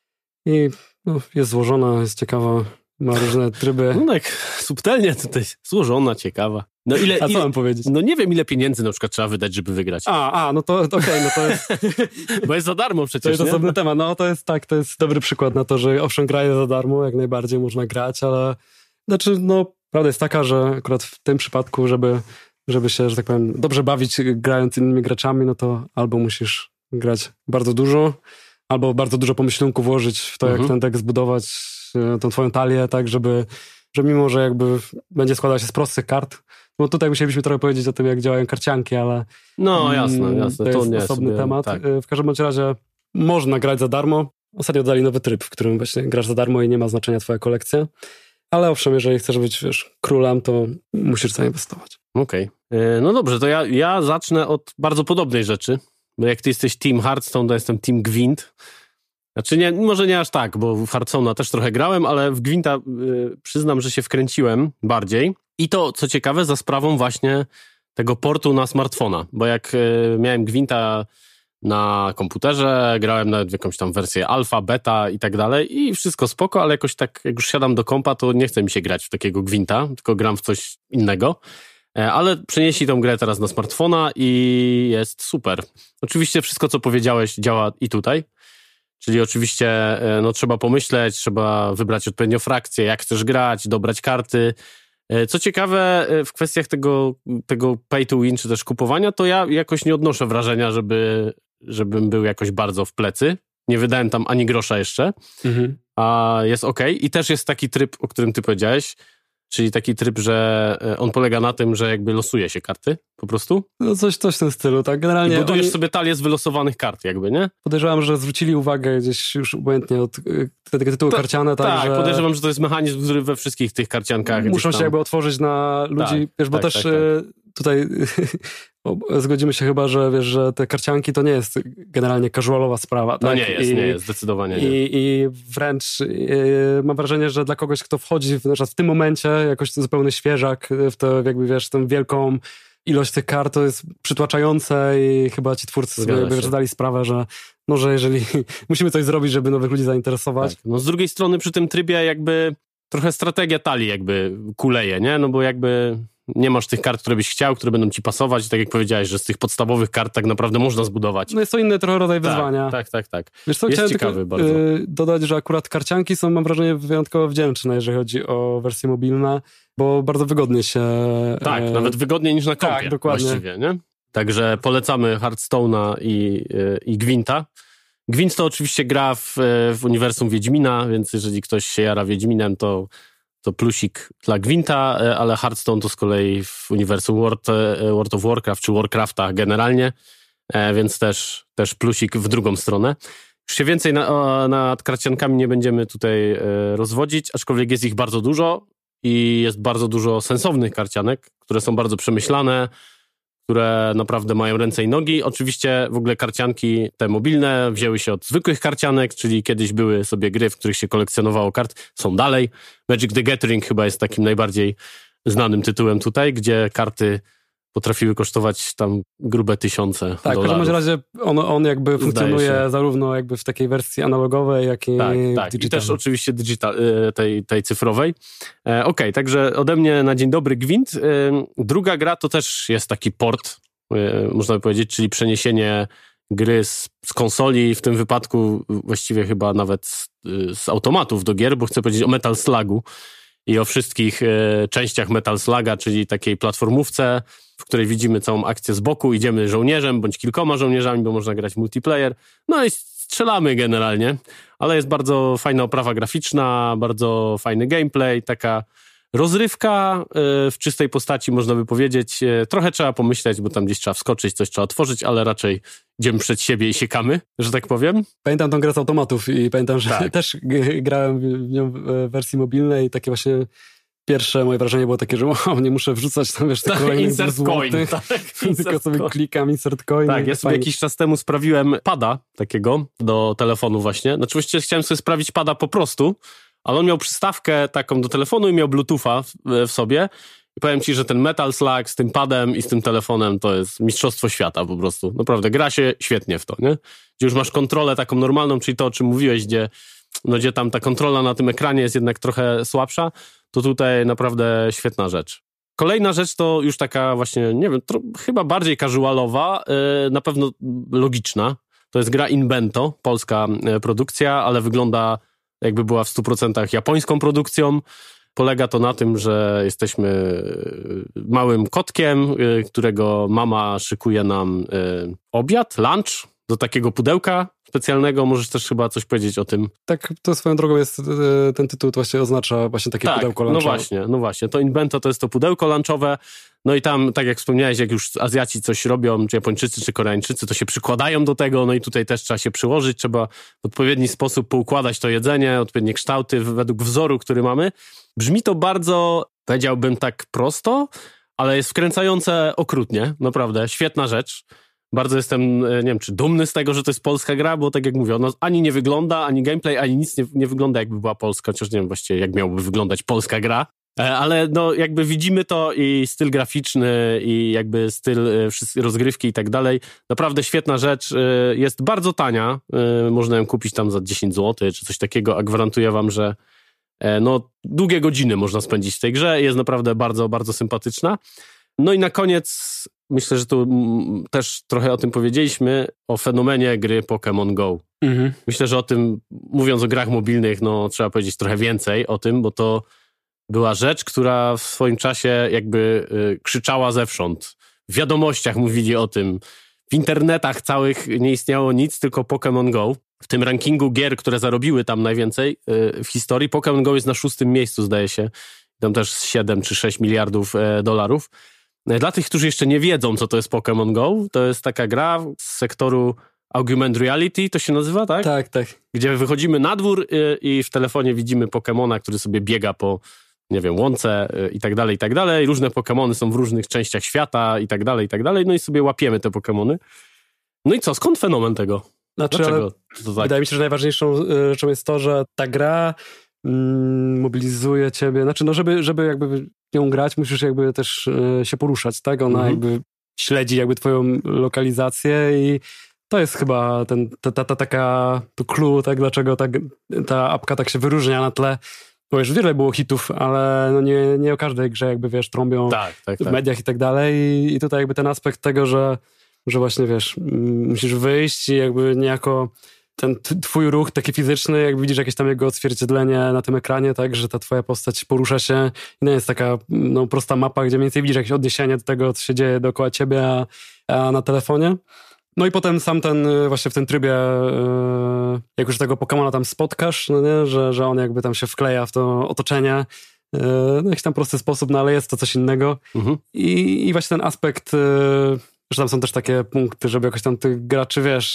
i jest złożona, jest ciekawa, ma różne tryby. No tak subtelnie tutaj złożona, ciekawa. No A co mam powiedzieć? No nie wiem, ile pieniędzy na przykład trzeba wydać, żeby wygrać. No to okej, no to jest... Bo jest za darmo przecież, to jest osobny nie? temat. No to jest tak, to jest dobry przykład na to, że owszem, gra jest za darmo, jak najbardziej można grać, ale prawda jest taka, że akurat w tym przypadku, żeby się, że tak powiem, dobrze bawić grając innymi graczami, no to albo musisz grać bardzo dużo, albo bardzo dużo pomyślunku włożyć w to, jak ten deck zbudować, tą twoją talię, tak, że mimo, że jakby będzie składał się z prostych kart, bo tutaj musielibyśmy trochę powiedzieć o tym, jak działają karcianki, ale no jasne. To jest nie osobny sobie, temat. Tak. W każdym bądź razie można grać za darmo. Ostatnio dodali nowy tryb, w którym właśnie grasz za darmo i nie ma znaczenia twoja kolekcja. Ale owszem, jeżeli chcesz być, królem, to musisz zainwestować. Okej. No dobrze, to ja zacznę od bardzo podobnej rzeczy. Bo jak ty jesteś Team Hearthstone, to jestem Team Gwint. Znaczy nie, może nie aż tak, bo w Hearthstone'a też trochę grałem, ale w Gwinta przyznam, że się wkręciłem bardziej. I to, co ciekawe, za sprawą właśnie tego portu na smartfona. Bo jak miałem Gwinta na komputerze, grałem nawet w jakąś tam wersję alfa, beta i tak dalej i wszystko spoko, ale jakoś tak, jak już siadam do kompa, to nie chce mi się grać w takiego Gwinta, tylko gram w coś innego. Ale przenieśli tą grę teraz na smartfona i jest super. Oczywiście wszystko, co powiedziałeś, działa i tutaj. Czyli oczywiście trzeba pomyśleć, trzeba wybrać odpowiednio frakcję, jak chcesz grać, dobrać karty. Co ciekawe, w kwestiach tego pay to win, czy też kupowania, to ja jakoś nie odnoszę wrażenia, żebym był jakoś bardzo w plecy. Nie wydałem tam ani grosza jeszcze, a jest okej. I też jest taki tryb, o którym ty powiedziałeś, czyli taki tryb, że on polega na tym, że jakby losuje się karty po prostu. No coś w tym stylu, tak? Generalnie i budujesz sobie talię z wylosowanych kart jakby, nie? Podejrzewam, że zwrócili uwagę gdzieś już obojętnie od tego tytułu karciane. Tak, że podejrzewam, że to jest mechanizm, który we wszystkich tych karciankach muszą się jakby otworzyć na ludzi, bo też tutaj zgodzimy się chyba, że wiesz, że te karcianki to nie jest generalnie casualowa sprawa. Tak? No nie jest, zdecydowanie nie. I wręcz mam wrażenie, że dla kogoś, kto wchodzi w tym momencie jakoś zupełny świeżak w to, jakby wiesz, tę wielką ilość tych kart, to jest przytłaczające i chyba ci twórcy sobie zdali sprawę, że jeżeli musimy coś zrobić, żeby nowych ludzi zainteresować. Tak. No z drugiej strony przy tym trybie jakby trochę strategia talii jakby kuleje, nie? No bo jakby nie masz tych kart, które byś chciał, które będą ci pasować. Tak jak powiedziałeś, że z tych podstawowych kart tak naprawdę można zbudować. No jest to inny trochę rodzaj wyzwania. Tak. Wiesz co, jest ciekawy bardzo. Dodać, że akurat karcianki są, mam wrażenie, wyjątkowo wdzięczne, jeżeli chodzi o wersje mobilne, bo bardzo wygodnie się... Tak, nawet wygodniej niż na kompie. Tak, dokładnie. Właściwie, nie? Także polecamy Hearthstone'a i Gwinta. Gwint to oczywiście gra w uniwersum Wiedźmina, więc jeżeli ktoś się jara Wiedźminem, to plusik dla Gwinta, ale Hearthstone to z kolei w uniwersum World of Warcraft czy Warcrafta generalnie, więc też plusik w drugą stronę. Już się więcej nad karciankami nie będziemy tutaj rozwodzić, aczkolwiek jest ich bardzo dużo i jest bardzo dużo sensownych karcianek, które są bardzo przemyślane, które naprawdę mają ręce i nogi. Oczywiście w ogóle karcianki te mobilne wzięły się od zwykłych karcianek, czyli kiedyś były sobie gry, w których się kolekcjonowało kart, są dalej. Magic the Gathering chyba jest takim najbardziej znanym tytułem tutaj, gdzie karty potrafiły kosztować tam grube $1000. Tak, w każdym razie on jakby funkcjonuje zarówno jakby w takiej wersji analogowej, jak i tak. I też oczywiście tej cyfrowej. Okej, także ode mnie na dzień dobry Gwint. Druga gra to też jest taki port, można by powiedzieć, czyli przeniesienie gry z konsoli, w tym wypadku właściwie chyba nawet z automatów do gier, bo chcę powiedzieć o Metal Slugu i o wszystkich częściach Metal Sluga, czyli takiej platformówce, w której widzimy całą akcję z boku, idziemy żołnierzem bądź kilkoma żołnierzami, bo można grać multiplayer. No i strzelamy generalnie, ale jest bardzo fajna oprawa graficzna, bardzo fajny gameplay, taka rozrywka w czystej postaci, można by powiedzieć. Trochę trzeba pomyśleć, bo tam gdzieś trzeba wskoczyć, coś trzeba otworzyć, ale raczej idziemy przed siebie i siekamy, że tak powiem. Pamiętam tą grę z automatów i pamiętam, że Tak. też grałem w nią w wersji mobilnej i takie właśnie pierwsze moje wrażenie było takie, że wow, nie muszę wrzucać tam, wiesz, tych kolejnych insert coin. złotych, tylko sobie klikam insert coin. Tak, ja sobie jakiś czas temu sprawiłem pada takiego do telefonu właśnie. Znaczy właściwie chciałem sobie sprawić pada po prostu, ale on miał przystawkę taką do telefonu i miał Bluetootha w sobie. I powiem ci, że ten Metal Slug z tym padem i z tym telefonem to jest mistrzostwo świata po prostu. Naprawdę, gra się świetnie w to, nie? Gdzie już masz kontrolę taką normalną, czyli to, o czym mówiłeś, gdzie tam ta kontrola na tym ekranie jest jednak trochę słabsza, to tutaj naprawdę świetna rzecz. Kolejna rzecz to już taka właśnie, nie wiem, chyba bardziej casualowa, na pewno logiczna. To jest gra Inbento, polska produkcja, ale wygląda jakby była w 100% japońską produkcją. Polega to na tym, że jesteśmy małym kotkiem, którego mama szykuje nam obiad, lunch do takiego pudełka specjalnego. Możesz też chyba coś powiedzieć o tym. Tak, to swoją drogą jest, ten tytuł to właśnie oznacza właśnie takie pudełko lunchowe. No właśnie. To Inbento to jest to pudełko lunchowe. No i tam, tak jak wspomniałeś, jak już Azjaci coś robią, czy Japończycy, czy Koreańczycy, to się przykładają do tego, no i tutaj też trzeba się przyłożyć, trzeba w odpowiedni sposób poukładać to jedzenie, odpowiednie kształty według wzoru, który mamy. Brzmi to bardzo, powiedziałbym tak prosto, ale jest wkręcające okrutnie, naprawdę, świetna rzecz. Bardzo jestem, nie wiem, czy dumny z tego, że to jest polska gra, bo tak jak mówię, ona ani nie wygląda, ani gameplay, ani nic nie wygląda jakby była polska, chociaż nie wiem właściwie jak miałoby wyglądać polska gra. Ale no jakby widzimy to i styl graficzny i jakby styl rozgrywki i tak dalej. Naprawdę świetna rzecz. Jest bardzo tania. Można ją kupić tam za 10 zł czy coś takiego, a gwarantuję wam, że no długie godziny można spędzić w tej grze. Jest naprawdę bardzo, bardzo sympatyczna. No i na koniec myślę, że tu też trochę o tym powiedzieliśmy, o fenomenie gry Pokémon Go. Mhm. Myślę, że o tym, mówiąc o grach mobilnych, no trzeba powiedzieć trochę więcej o tym, bo to była rzecz, która w swoim czasie jakby krzyczała zewsząd. W wiadomościach mówili o tym. W internetach całych nie istniało nic, tylko Pokémon Go. W tym rankingu gier, które zarobiły tam najwięcej w historii, Pokémon Go jest na 6. miejscu, zdaje się. Tam też 7 czy 6 miliardów dolarów. Dla tych, którzy jeszcze nie wiedzą, co to jest Pokémon Go, to jest taka gra z sektoru Augmented Reality, to się nazywa, tak? Tak. Gdzie wychodzimy na dwór i w telefonie widzimy Pokemona, który sobie biega po, nie wiem, łące i tak dalej. Różne Pokemony są w różnych częściach świata i tak dalej. No i sobie łapiemy te Pokemony. No i co, skąd fenomen tego? Dlaczego? To tak? Wydaje mi się, że najważniejszą rzeczą jest to, że ta gra mobilizuje ciebie. Znaczy, no żeby jakby nią grać, musisz jakby też się poruszać, tak? Ona jakby śledzi jakby twoją lokalizację i to jest chyba to clue, tak? Dlaczego ta apka tak się wyróżnia na tle. Bo już wiele było hitów, ale no nie o każdej grze jakby, wiesz, trąbią w mediach i tak dalej. I tutaj jakby ten aspekt tego, że właśnie, wiesz, musisz wyjść i jakby niejako ten twój ruch taki fizyczny, jak widzisz jakieś tam jego odzwierciedlenie na tym ekranie, tak, że ta twoja postać porusza się i nie jest taka prosta mapa, gdzie mniej więcej widzisz jakieś odniesienie do tego, co się dzieje dookoła ciebie, a na telefonie. No i potem sam ten, właśnie w tym trybie, jak już tego Pokemona tam spotkasz, no nie, że on jakby tam się wkleja w to otoczenie, w jakiś tam prosty sposób, no ale jest to coś innego. I właśnie ten aspekt, że tam są też takie punkty, żeby jakoś tam tych graczy, wiesz,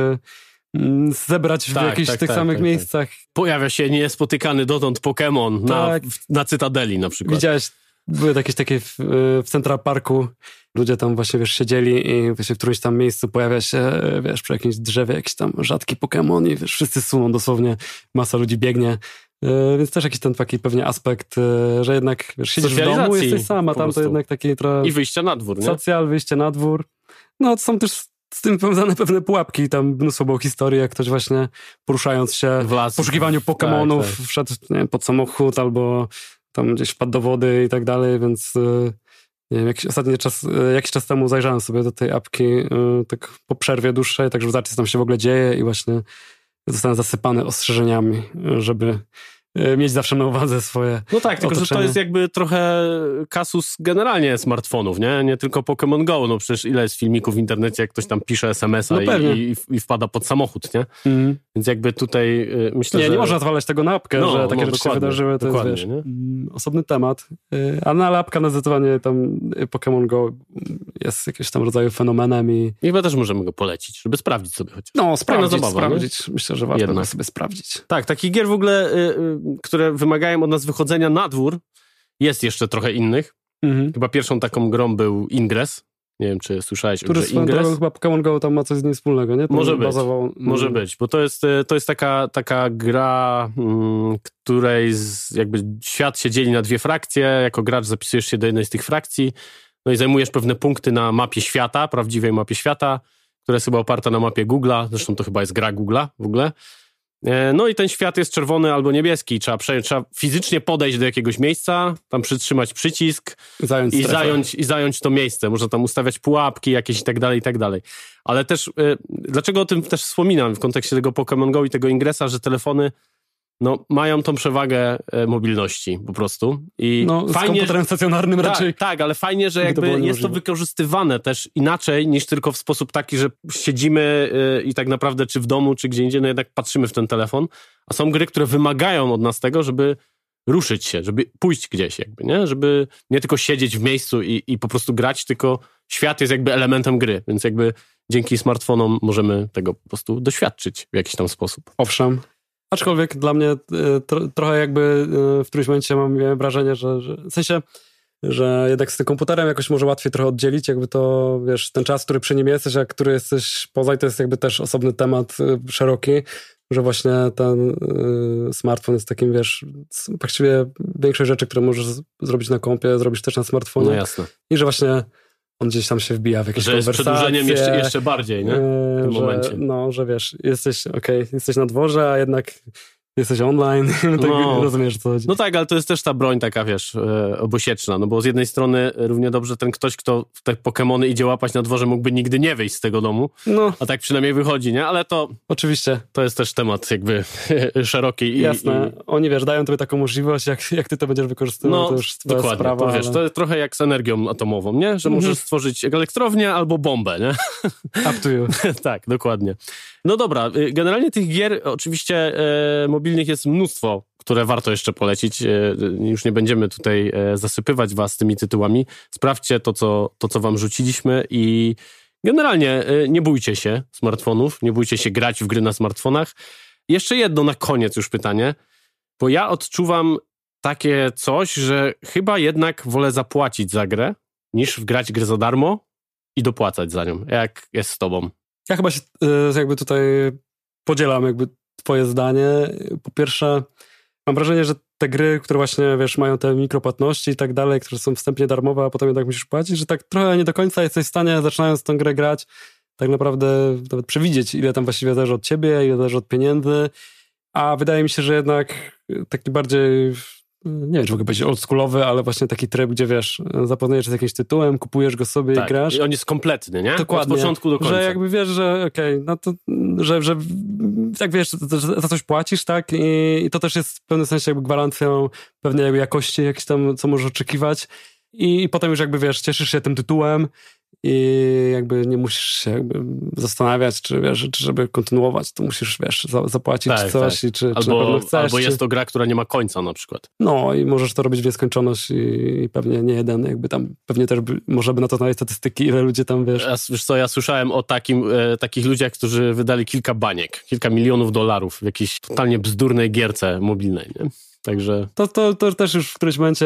zebrać w jakichś tych samych miejscach. Pojawia się niespotykany dotąd Pokémon na Cytadeli na przykład. Widziałeś, były jakieś takie w Central Parku, ludzie tam właśnie, wiesz, siedzieli i właśnie w którymś tam miejscu pojawia się, wiesz, przy jakimś drzewie jakiś tam rzadki Pokémon i wiesz, wszyscy suną dosłownie, masa ludzi biegnie. Więc też jakiś ten taki pewnie aspekt, że jednak, wiesz, siedzisz w domu, jesteś sama, tam to jednak taki trochę... I wyjście na dwór, nie? Wyjście na dwór. No, to są też z tym powiązane pewne pułapki, tam mnóstwo było historii, jak ktoś właśnie poruszając się w poszukiwaniu Pokemonów wszedł, nie wiem, pod samochód albo tam gdzieś wpadł do wody i tak dalej, więc nie wiem, jakiś czas temu zajrzałem sobie do tej apki tak po przerwie dłuższej, tak żeby zobaczyć, co tam się w ogóle dzieje i właśnie zostałem zasypany ostrzeżeniami, żeby mieć zawsze na uwadze swoje No tak, tylko otoczenie. że to jest jakby trochę kasus generalnie smartfonów, nie tylko Pokémon Go, no przecież ile jest filmików w internecie, jak ktoś tam pisze SMS-a i wpada pod samochód, nie? Więc jakby tutaj myślę, że... Nie można zwalać tego na apkę, że takie rzeczy się wydarzyły, to jest, wiesz, osobny temat, ale apka na zdecydowanie tam Pokémon Go jest jakiegoś tam rodzaju fenomenem i... I chyba też możemy go polecić, żeby sprawdzić sobie chociaż. No, sprawdzić. Nie? Myślę, że warto go sobie sprawdzić. Tak, takich gier w ogóle, które wymagają od nas wychodzenia na dwór, jest jeszcze trochę innych. Chyba pierwszą taką grą był Ingress. Nie wiem, czy słyszałeś o grze Ingress. Chyba Pokémon Go tam ma coś z nim wspólnego, nie? Może być, bo to jest taka gra, której jakby świat się dzieli na dwie frakcje. Jako gracz zapisujesz się do jednej z tych frakcji, no i zajmujesz pewne punkty na mapie świata, prawdziwej mapie świata, która jest chyba oparta na mapie Google'a. Zresztą to chyba jest gra Google'a w ogóle. No i ten świat jest czerwony albo niebieski. Trzeba fizycznie podejść do jakiegoś miejsca, tam przytrzymać przycisk i zająć to miejsce. Można tam ustawiać pułapki jakieś i tak dalej. Ale też, dlaczego o tym też wspominam w kontekście tego Pokémon Go i tego Ingressa, że telefony mają tą przewagę mobilności po prostu. I z komputerem stacjonarnym raczej. Tak, ale fajnie, że jakby jest to wykorzystywane też inaczej niż tylko w sposób taki, że siedzimy i tak naprawdę czy w domu, czy gdzie indziej, no jednak patrzymy w ten telefon, a są gry, które wymagają od nas tego, żeby ruszyć się, żeby pójść gdzieś jakby, nie? Żeby nie tylko siedzieć w miejscu i po prostu grać, tylko świat jest jakby elementem gry, więc jakby dzięki smartfonom możemy tego po prostu doświadczyć w jakiś tam sposób. Owszem. Aczkolwiek dla mnie trochę jakby w którymś momencie mam wrażenie, że w sensie, że jednak z tym komputerem jakoś może łatwiej trochę oddzielić, jakby to, wiesz, ten czas, który przy nim jesteś, a który jesteś poza, i to jest jakby też osobny temat szeroki, że właśnie ten smartfon jest takim, wiesz, właściwie większość rzeczy, które możesz zrobić na kompie, zrobisz też na smartfonie. No jasne. I że właśnie on gdzieś tam się wbija w jakieś konwersacje. Że jest przedłużeniem jeszcze bardziej, nie? W tym momencie. No, że wiesz, jesteś na dworze, a jednak jesteś online, tak rozumiesz, co chodzi. No tak, ale to jest też ta broń taka, wiesz, obosieczna, no bo z jednej strony równie dobrze ten ktoś, kto w te Pokemony idzie łapać na dworze, mógłby nigdy nie wyjść z tego domu, a tak przynajmniej wychodzi, nie? Ale to... Oczywiście. To jest też temat jakby szeroki. Jasne. Oni, wiesz, dają tobie taką możliwość, jak ty to będziesz wykorzystywał, to już twoja dokładnie. sprawa. To, wiesz, to jest trochę jak z energią atomową, nie? Że możesz stworzyć elektrownię albo bombę, nie? Up to you. Tak, dokładnie. No dobra, generalnie tych gier oczywiście mobilnych jest mnóstwo, które warto jeszcze polecić. Już nie będziemy tutaj zasypywać was tymi tytułami. Sprawdźcie to, co wam rzuciliśmy i generalnie nie bójcie się smartfonów, nie bójcie się grać w gry na smartfonach. Jeszcze jedno na koniec już pytanie, bo ja odczuwam takie coś, że chyba jednak wolę zapłacić za grę, niż wgrać grę za darmo i dopłacać za nią. Jak jest z tobą? Ja chyba się jakby tutaj podzielam jakby twoje zdanie. Po pierwsze, mam wrażenie, że te gry, które właśnie, wiesz, mają te mikropłatności i tak dalej, które są wstępnie darmowe, a potem jednak musisz płacić, że tak trochę nie do końca jesteś w stanie, zaczynając tę grę grać, tak naprawdę nawet przewidzieć, ile tam właściwie zależy od ciebie, ile zależy od pieniędzy, a wydaje mi się, że jednak taki bardziej... nie wiem, czy mogę powiedzieć oldschoolowy, ale właśnie taki tryb, gdzie wiesz, zapoznajesz się z jakimś tytułem, kupujesz go sobie i grasz. I on jest kompletny, nie? Dokładnie. Od początku do końca. Że jakby wiesz, że no to, że tak wiesz, za coś płacisz, tak? I to też jest w pewnym sensie jakby gwarancją pewnej jakby jakości, jakieś tam, co możesz oczekiwać. I potem już jakby wiesz, cieszysz się tym tytułem i jakby nie musisz się jakby zastanawiać, czy wiesz, czy żeby kontynuować, to musisz, wiesz, zapłacić coś i czy na pewno chcesz. Albo jest to gra, która nie ma końca na przykład. No i możesz to robić w nieskończoność i pewnie nie jeden, jakby tam, pewnie też może by na to znaleźć statystyki, ile ludzie tam, wiesz. Wiesz co, ja słyszałem o takich ludziach, którzy wydali kilka milionów dolarów w jakiejś totalnie bzdurnej gierce mobilnej, nie? Także... To też już w którymś momencie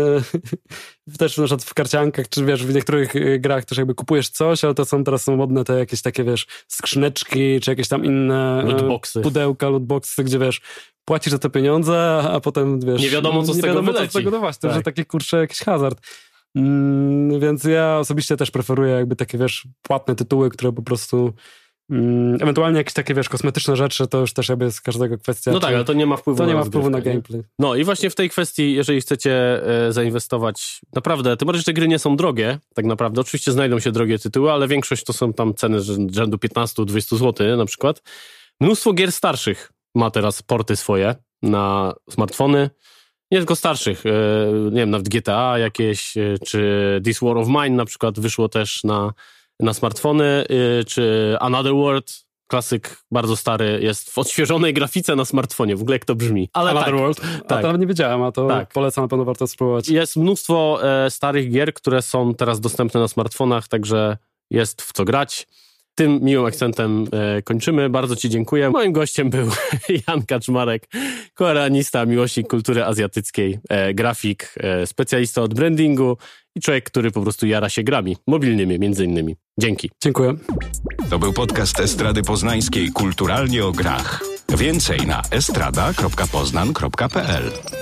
też na przykład w karciankach, czy wiesz, w niektórych grach też jakby kupujesz coś, ale to teraz są modne te jakieś takie, wiesz, skrzyneczki, czy jakieś tam inne lootboxy. Pudełka, lootboxy, gdzie wiesz, płacisz za te pieniądze, a potem wiesz... Nie wiadomo, co z tego wyleci. To jest taki, kurczę, jakiś hazard. Więc ja osobiście też preferuję jakby takie, wiesz, płatne tytuły, które po prostu... ewentualnie jakieś takie, wiesz, kosmetyczne rzeczy, to już też jakby jest każdego kwestia. No tak, ale to nie ma wpływu na gameplay. No i właśnie w tej kwestii, jeżeli chcecie zainwestować, naprawdę, tym bardziej, że te gry nie są drogie, tak naprawdę, oczywiście znajdą się drogie tytuły, ale większość to są tam ceny rzędu 15-20 zł na przykład. Mnóstwo gier starszych ma teraz porty swoje na smartfony, nie tylko starszych, nie wiem, nawet GTA jakieś, czy This War of Mine na przykład wyszło też na smartfony, czy Another World, klasyk bardzo stary, jest w odświeżonej grafice na smartfonie. W ogóle jak to brzmi. Ale Another World? A to nawet nie wiedziałem, a to polecam, na pewno warto spróbować. Jest mnóstwo starych gier, które są teraz dostępne na smartfonach, także jest w co grać. Tym miłym akcentem kończymy. Bardzo Ci dziękuję. Moim gościem był Jan Kaczmarek, koreanista, miłośnik kultury azjatyckiej, grafik, specjalista od brandingu i człowiek, który po prostu jara się grami mobilnymi między innymi. Dzięki. Dziękuję. To był podcast Estrady Poznańskiej Kulturalnie o grach. Więcej na estrada.poznan.pl